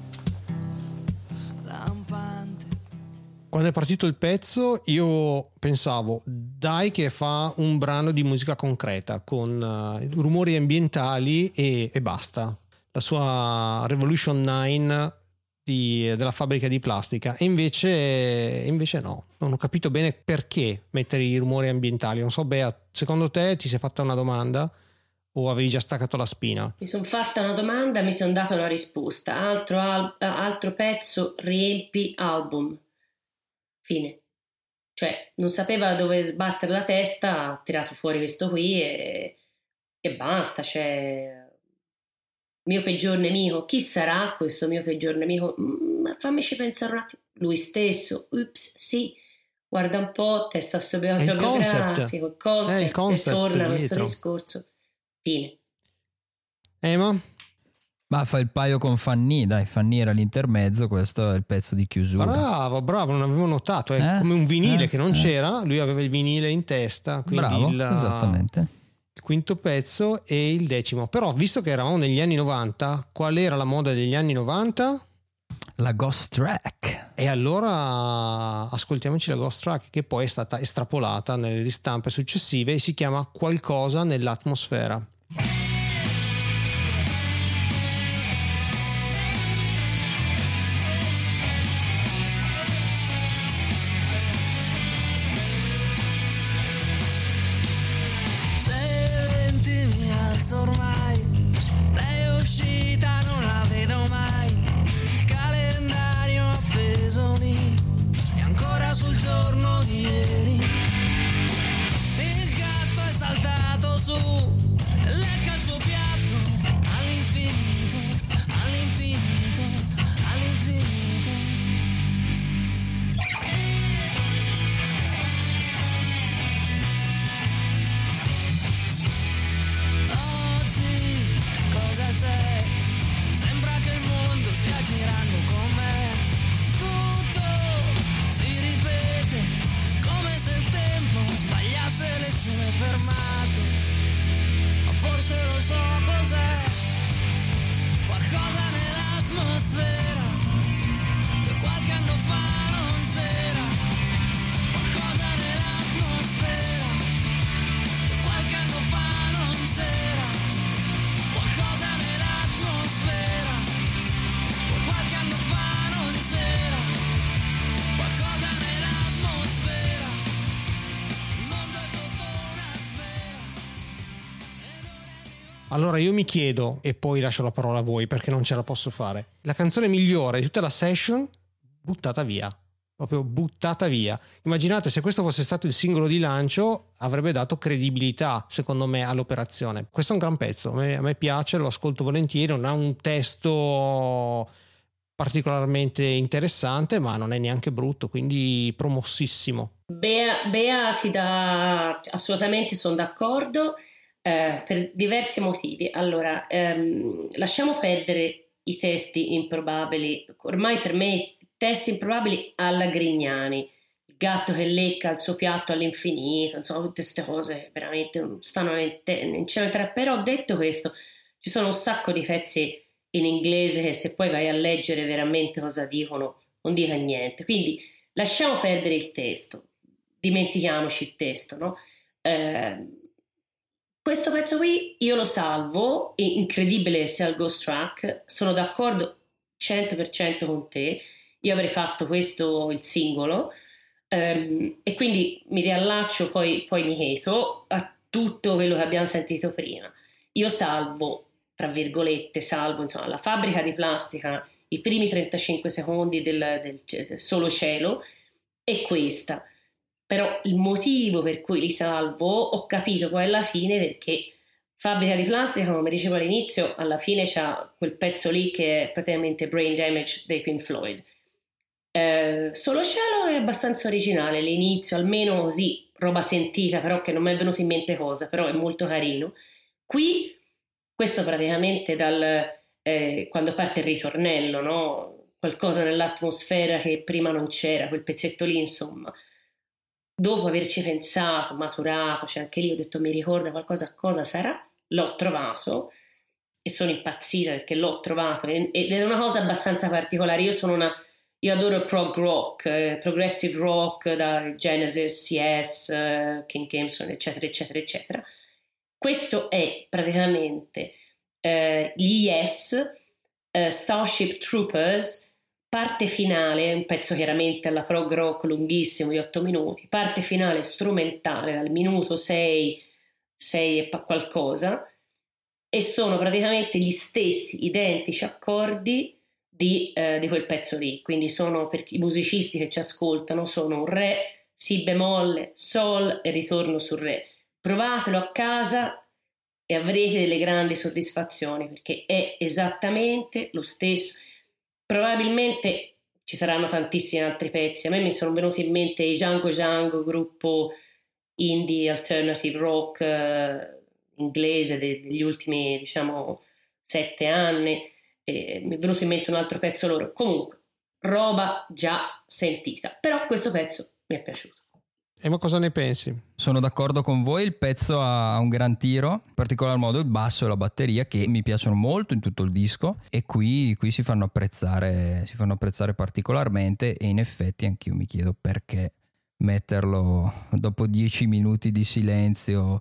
lampante. Quando è partito il pezzo io pensavo dai che fa un brano di musica concreta con uh, rumori ambientali e, e basta. La sua Revolution nine di, della fabbrica di plastica, e invece, invece no, non ho capito bene perché mettere i rumori ambientali. Non so, Bea, secondo te ti sei fatta una domanda o avevi già staccato la spina? Mi sono fatta una domanda, mi sono data una risposta. Altro, al- altro pezzo, riempi album. Fine. Cioè, non sapeva dove sbattere la testa, ha tirato fuori questo qui e, e basta. Cioè, mio peggior nemico, chi sarà questo mio peggior nemico? Mm, fammici pensare un attimo. Lui stesso, ups, sì, guarda un po', testo autobiografico, il concept, È il concept e torna dietro. questo discorso. Fine. Ema? Ma fa il paio con Fanny, dai, Fanny era l'intermezzo, questo è il pezzo di chiusura. Bravo, bravo, non avevo notato, è Eh? come un vinile Eh? che non Eh? c'era, lui aveva il vinile in testa, quindi Bravo, il, esattamente. il quinto pezzo e il decimo. Però visto che eravamo negli anni novanta, qual era la moda degli anni novanta? La ghost track. E allora ascoltiamoci la ghost track, che poi è stata estrapolata nelle ristampe successive e si chiama Qualcosa nell'atmosfera. Ormai lei è uscita, non la vedo mai. Il calendario appeso lì è ancora sul giorno di ieri. Il gatto è saltato su e lecca il suo piatto all'infinito, all'infinito, all'infinito. Cosa sei? Sembra che il mondo stia girando con me. Tutto si ripete come se il tempo sbagliasse le sue fermate. Ma forse lo so cos'è, qualcosa nell'atmosfera che qualche anno fa non c'era. Qualcosa nell'atmosfera che qualche anno fa non c'era. Qualcosa nell'atmosfera, qualche anno fa non c'era. Qualcosa nell'atmosfera, il mondo è sotto una sfera. Allora io mi chiedo, e poi lascio la parola a voi perché non ce la posso fare, la canzone migliore di tutta la session buttata via, proprio buttata via. Immaginate se questo fosse stato il singolo di lancio, avrebbe dato credibilità secondo me all'operazione. Questo è un gran pezzo, a me, a me piace, lo ascolto volentieri, non ha un testo particolarmente interessante ma non è neanche brutto, quindi promossissimo. Bea, Bea ti dà, assolutamente sono d'accordo, eh, per diversi motivi. Allora, ehm, lasciamo perdere i testi improbabili. Ormai per me testi improbabili alla Grignani, il gatto che lecca il suo piatto all'infinito, insomma tutte queste cose veramente non stanno nel, te- nel cielo e terra. Però detto questo, ci sono un sacco di pezzi in inglese che se poi vai a leggere veramente cosa dicono non dica niente, quindi lasciamo perdere il testo, dimentichiamoci il testo, no? Eh, questo pezzo qui io lo salvo, è incredibile sia il ghost track, sono d'accordo cento per cento con te. Io avrei fatto questo il singolo, um, e quindi mi riallaccio, poi, poi mi cheto a tutto quello che abbiamo sentito prima. Io salvo, tra virgolette, salvo insomma la fabbrica di plastica, i primi trentacinque secondi del, del, del solo cielo e questa. Però il motivo per cui li salvo ho capito poi alla fine, perché fabbrica di plastica, come dicevo all'inizio, alla fine c'ha quel pezzo lì che è praticamente Brain Damage dei Pink Floyd. Eh, Solo cielo è abbastanza originale, l'inizio almeno così, roba sentita, però che non mi è venuto in mente cosa, però è molto carino. Qui questo praticamente dal eh, quando parte il ritornello, no? Qualcosa nell'atmosfera che prima non c'era, quel pezzetto lì, insomma, dopo averci pensato, maturato, cioè anche lì ho detto mi ricorda qualcosa, cosa sarà, l'ho trovato e sono impazzita perché l'ho trovato ed è una cosa abbastanza particolare. Io sono una Io adoro prog rock, eh, progressive rock da Genesis, Yes, eh, King Crimson, eccetera, eccetera, eccetera. Questo è praticamente eh, gli Yes, eh, Starship Troopers, parte finale, un pezzo chiaramente alla prog rock lunghissimo di otto minuti, parte finale strumentale dal minuto sei, sei e qualcosa, e sono praticamente gli stessi identici accordi di, eh, di quel pezzo lì, quindi sono, per i musicisti che ci ascoltano, sono un re, si bemolle, sol e ritorno sul re. Provatelo a casa e avrete delle grandi soddisfazioni, perché è esattamente lo stesso. Probabilmente ci saranno tantissimi altri pezzi. A me mi sono venuti in mente i Django Django, gruppo indie alternative rock eh, inglese degli ultimi, diciamo, sette anni. E mi è venuto in mente un altro pezzo loro. Comunque, roba già sentita. Però questo pezzo mi è piaciuto. E ma cosa ne pensi? Sono d'accordo con voi, il pezzo ha un gran tiro, in particolar modo il basso e la batteria, che mi piacciono molto in tutto il disco, e qui, qui si fanno apprezzare si fanno apprezzare particolarmente, e in effetti anch'io mi chiedo perché metterlo dopo dieci minuti di silenzio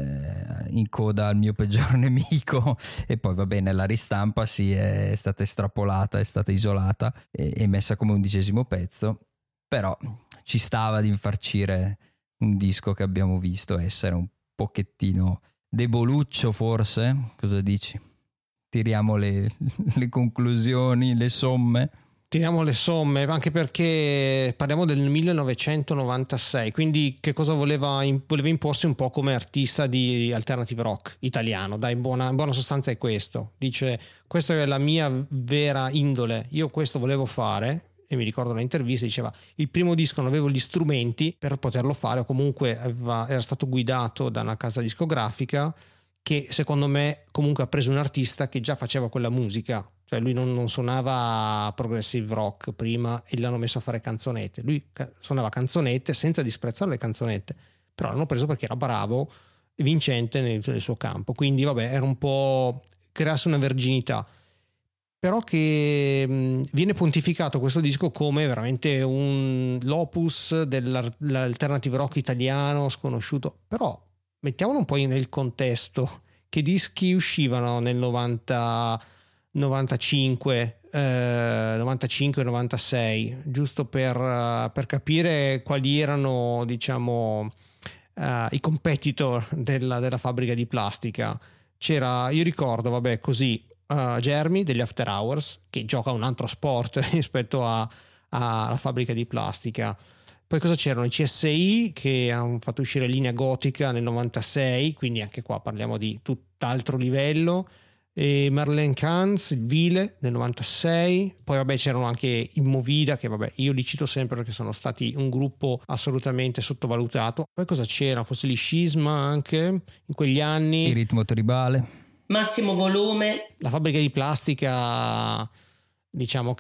eh, in coda al mio peggior nemico, e poi va bene, la ristampa sì, è stata estrapolata, è stata isolata e, e messa come undicesimo pezzo, però ci stava ad infarcire un disco che abbiamo visto essere un pochettino deboluccio, forse. Cosa dici? Tiriamo le, le conclusioni, le somme? Tiriamo le somme, anche perché parliamo del millenovecentonovantasei, quindi che cosa voleva, voleva imporsi un po' come artista di alternative rock italiano. Dai, in buona, in buona sostanza è questo. Dice, questa è la mia vera indole, io questo volevo fare. E mi ricordo un'intervista, diceva il primo disco non avevo gli strumenti per poterlo fare, o comunque aveva, era stato guidato da una casa discografica che secondo me comunque ha preso un artista che già faceva quella musica, cioè lui non, non suonava progressive rock prima e l'hanno messo a fare canzonette, lui suonava canzonette senza disprezzare le canzonette, però l'hanno preso perché era bravo e vincente nel, nel suo campo, quindi vabbè, era un po' crearsi una verginità. Però che mh, viene pontificato questo disco come veramente un l'opus dell'alternative rock italiano sconosciuto, però mettiamolo un po' nel contesto, che dischi uscivano nel novanta, novantacinque, eh, novantacinque novantasei, giusto per, uh, per capire quali erano, diciamo, uh, i competitor della, della fabbrica di plastica. C'era, io ricordo, vabbè, così, Uh, Jeremy degli After Hours, che gioca un altro sport rispetto a, a, alla fabbrica di plastica. Poi cosa c'erano? I C S I, che hanno fatto uscire Linea Gotica nel novantasei, quindi anche qua parliamo di tutt'altro livello, e Marlene Kantz, il Vile nel novantasei. Poi vabbè, c'erano anche i Movida, che vabbè, io li cito sempre perché sono stati un gruppo assolutamente sottovalutato. Poi cosa c'era? Forse gli Scisma anche in quegli anni, il Ritmo Tribale, Massimo Volume. La fabbrica di plastica, diciamo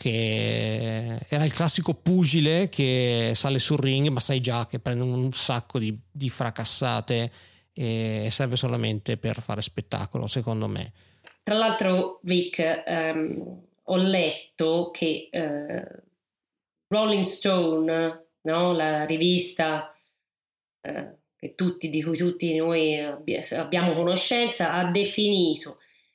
che era il classico pugile che sale sul ring, ma sai già che prende un sacco di, di fracassate e serve solamente per fare spettacolo, secondo me. Tra l'altro, Vic, ehm, ho letto che eh, Rolling Stone, no, la rivista eh, che tutti, di cui tutti noi abbiamo conoscenza, ha definito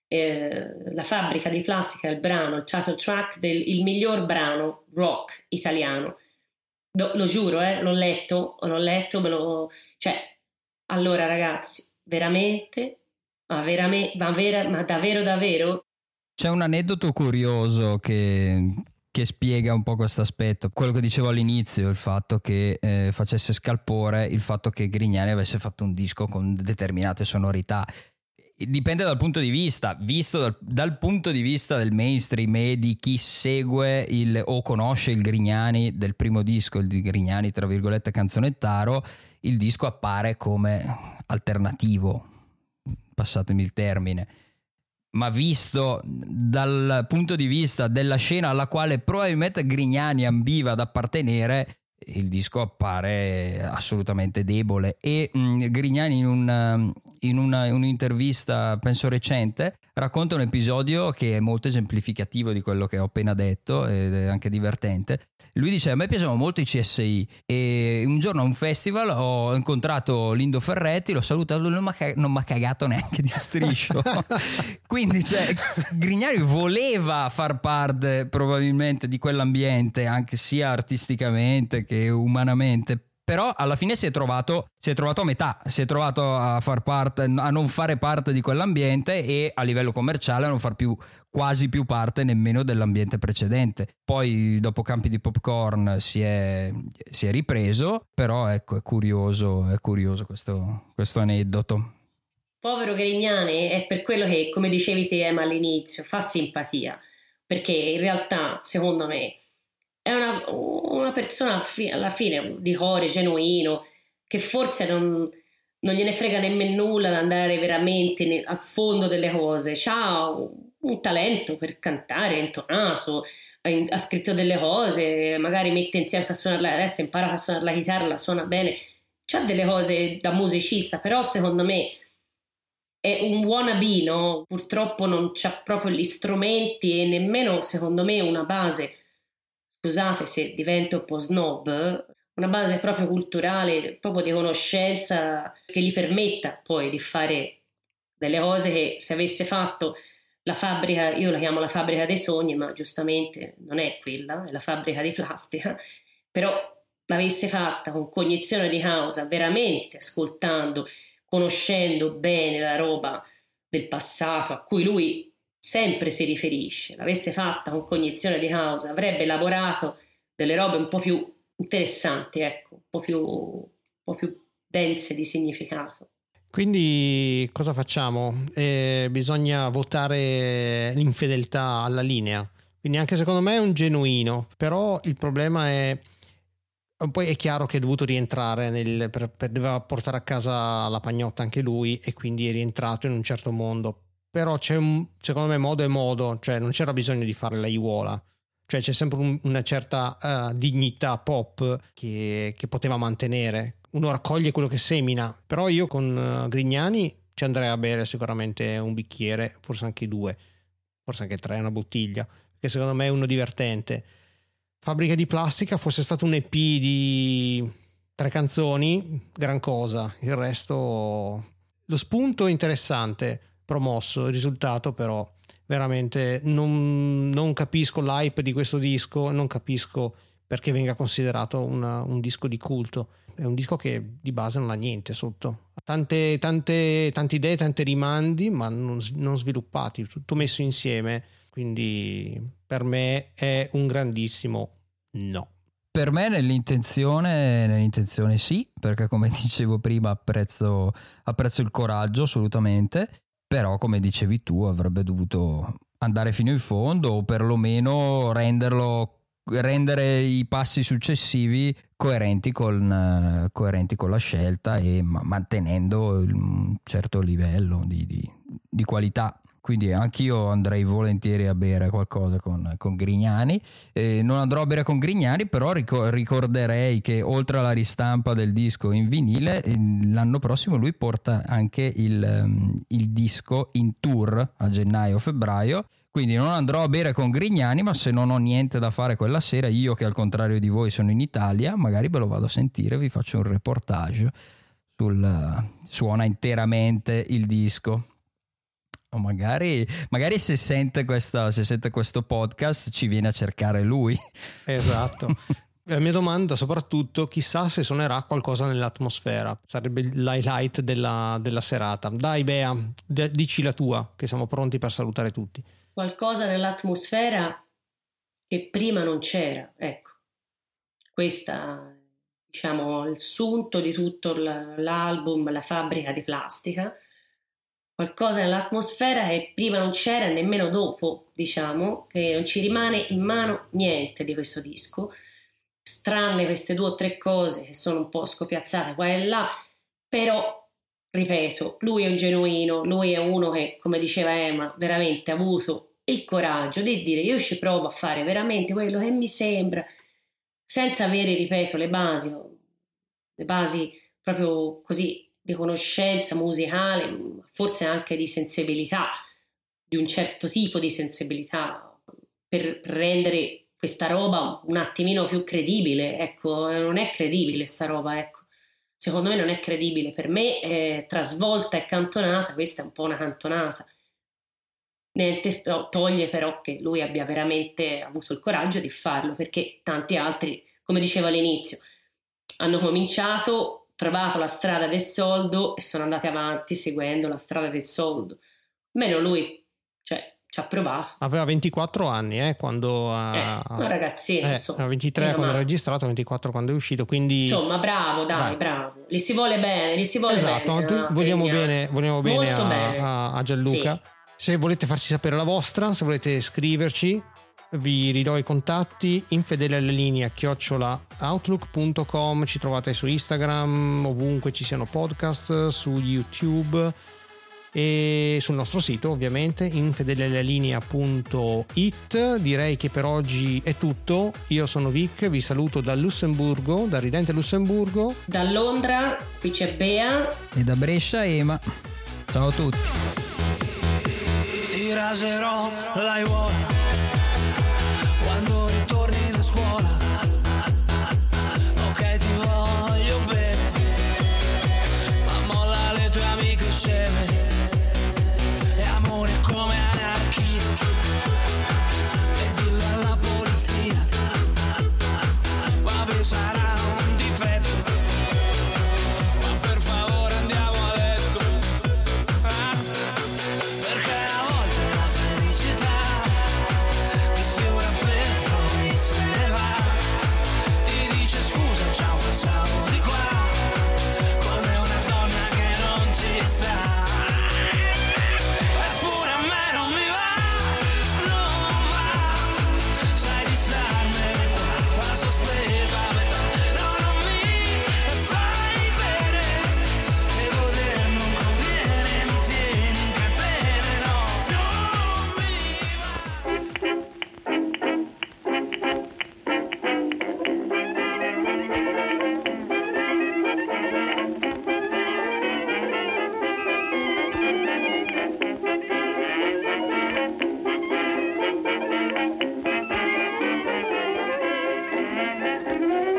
eh, La fabbrica di plastica, il brano, il title track, del, il miglior brano rock italiano. Lo, lo giuro, eh, l'ho letto, l'ho letto, me lo... Cioè, allora ragazzi, veramente, ma, veramente, ma, vera, ma davvero davvero? C'è un aneddoto curioso che... che spiega un po' questo aspetto, quello che dicevo all'inizio, il fatto che eh, facesse scalpore il fatto che Grignani avesse fatto un disco con determinate sonorità. Dipende dal punto di vista, visto dal, dal punto di vista del mainstream e di chi segue il, o conosce il Grignani del primo disco, il di Grignani tra virgolette canzonettaro, il disco appare come alternativo, passatemi il termine. Ma visto dal punto di vista della scena alla quale probabilmente Grignani ambiva ad appartenere, il disco appare assolutamente debole, e mh, Grignani in un, in una, un'intervista, penso recente, racconta un episodio che è molto esemplificativo di quello che ho appena detto ed è anche divertente. Lui dice: a me piacevano molto i C S I e un giorno a un festival ho incontrato Lindo Ferretti, l'ho salutato, lui non mi ha cagato neanche di striscio. Quindi cioè, Grignani voleva far parte probabilmente di quell'ambiente, anche sia artisticamente che umanamente, però alla fine si è trovato si è trovato a metà, si è trovato a far parte, a non fare parte di quell'ambiente e a livello commerciale a non far più quasi più parte nemmeno dell'ambiente precedente. Poi dopo Campi di Popcorn si è, si è ripreso, però ecco, è curioso, è curioso questo, questo aneddoto. Povero Grignani, è per quello che, come dicevi te Emma all'inizio, fa simpatia, perché in realtà secondo me è una, una persona alla fine di cuore genuino, che forse non, non gliene frega nemmeno nulla di andare veramente a fondo delle cose. C'ha un talento per cantare, è intonato, ha scritto delle cose, magari mette insieme a suonare, adesso impara a suonare la chitarra, la suona bene, c'ha delle cose da musicista, però secondo me è un wannabe, no? Purtroppo non c'ha proprio gli strumenti e nemmeno secondo me una base, scusate se divento un po' snob, una base proprio culturale, proprio di conoscenza che gli permetta poi di fare delle cose che se avesse fatto la fabbrica, io la chiamo la fabbrica dei sogni, ma giustamente non è quella, è la fabbrica di plastica, però l'avesse fatta con cognizione di causa, veramente ascoltando, conoscendo bene la roba del passato a cui lui sempre si riferisce, l'avesse fatta con cognizione di causa, avrebbe elaborato delle robe un po' più interessanti, ecco, un po' più, un po' più dense di significato. Quindi cosa facciamo? Eh, bisogna votare l'infedeltà alla linea. Quindi anche secondo me è un genuino, però il problema è poi è chiaro che è dovuto rientrare nel, per, per, doveva portare a casa la pagnotta anche lui e quindi è rientrato in un certo mondo. Però c'è un, secondo me modo e modo, cioè non c'era bisogno di fare la aiuola, cioè c'è sempre un, una certa uh, dignità pop che, che poteva mantenere. Uno raccoglie quello che semina, però io con uh, Grignani ci andrei a bere sicuramente un bicchiere, forse anche due, forse anche tre, una bottiglia, che secondo me è uno divertente. Fabbrica di Plastica fosse stato un E P di tre canzoni, gran cosa, il resto, lo spunto interessante, promosso, il risultato però veramente non, non capisco l'hype di questo disco, non capisco perché venga considerato una, un disco di culto. È un disco che di base non ha niente sotto, ha tante, tante, tante idee, tanti rimandi, ma non, non sviluppati, tutto messo insieme, quindi per me è un grandissimo no. Per me nell'intenzione, nell'intenzione sì, perché come dicevo prima apprezzo, apprezzo il coraggio assolutamente, però come dicevi tu avrebbe dovuto andare fino in fondo o perlomeno renderlo rendere i passi successivi coerenti con, coerenti con la scelta e ma, mantenendo un certo livello di, di, di qualità. Quindi anch'io andrei volentieri a bere qualcosa con, con Grignani. Eh, non andrò a bere con Grignani, però ricorderei che oltre alla ristampa del disco in vinile, l'anno prossimo lui porta anche il, il disco in tour a gennaio-febbraio. Quindi non andrò a bere con Grignani, ma se non ho niente da fare quella sera, io che al contrario di voi sono in Italia, magari ve lo vado a sentire, vi faccio un reportage sul suona interamente il disco. O magari, magari se sente questa, se sente questo podcast ci viene a cercare lui. Esatto. La mia domanda soprattutto, chissà se suonerà qualcosa nell'atmosfera, sarebbe l'highlight della, della serata. Dai Bea, d- dici la tua, che siamo pronti per salutare tutti. Qualcosa nell'atmosfera che prima non c'era, ecco. Questa, diciamo, il sunto di tutto l'album La fabbrica di plastica. Qualcosa nell'atmosfera che prima non c'era e nemmeno dopo, diciamo, che non ci rimane in mano niente di questo disco, tranne queste due o tre cose che sono un po' scopiazzate qua e là, però, ripeto, lui è un genuino, lui è uno che, come diceva Emma, veramente ha avuto il coraggio di dire io ci provo a fare veramente quello che mi sembra, senza avere, ripeto, le basi, le basi proprio così di conoscenza musicale, forse anche di sensibilità, di un certo tipo di sensibilità, per rendere questa roba un attimino più credibile. Ecco, non è credibile sta roba, ecco. Secondo me non è credibile. Per me è trasvolta e cantonata, questa è un po' una cantonata. Niente toglie però che lui abbia veramente avuto il coraggio di farlo, perché tanti altri, come dicevo all'inizio, hanno cominciato, trovato la strada del soldo e sono andati avanti seguendo la strada del soldo. Meno lui, cioè, ci ha provato. Aveva ventiquattro anni eh, quando ha... Eh, una ragazzina, eh, insomma. ventitré quando ha registrato, ventiquattro quando è uscito, quindi... Insomma, bravo, dai, dai. bravo. Li si vuole bene, li si vuole esatto, bene. Esatto, vogliamo bene, vogliamo bene a, bene a, a Gianluca. Sì. Se volete farci sapere la vostra, se volete scriverci, vi ridò i contatti: infedele alla linea chiocciola outlook punto com. Ci trovate su Instagram, ovunque ci siano podcast, su YouTube e sul nostro sito, ovviamente, infedele alla linea punto it. Direi che per oggi è tutto. Io sono Vic, vi saluto da Lussemburgo, da ridente Lussemburgo. Da Londra qui c'è Bea e da Brescia Ema. Ciao a tutti. Ti raserò l'aiuola quando ritorni da scuola. Ok, ti voglio bene, ma molla le tue amiche sceme. E amore come anarchia, e dillo alla polizia. Vabbè, sarà un difetto, ma per favore andiamo a letto. Ah, perché a volte la felicità ti sfiora appena poi se ne va. Ti dice scusa, ciao, passavo di qua, come una donna che non ci sta. Eppure a me non mi va, non va. Sai di starmene qua, qua sospesa a metà. No, non mi fai bene, e goder non conviene, mi tieni in catene, no, non mi va. Thank you.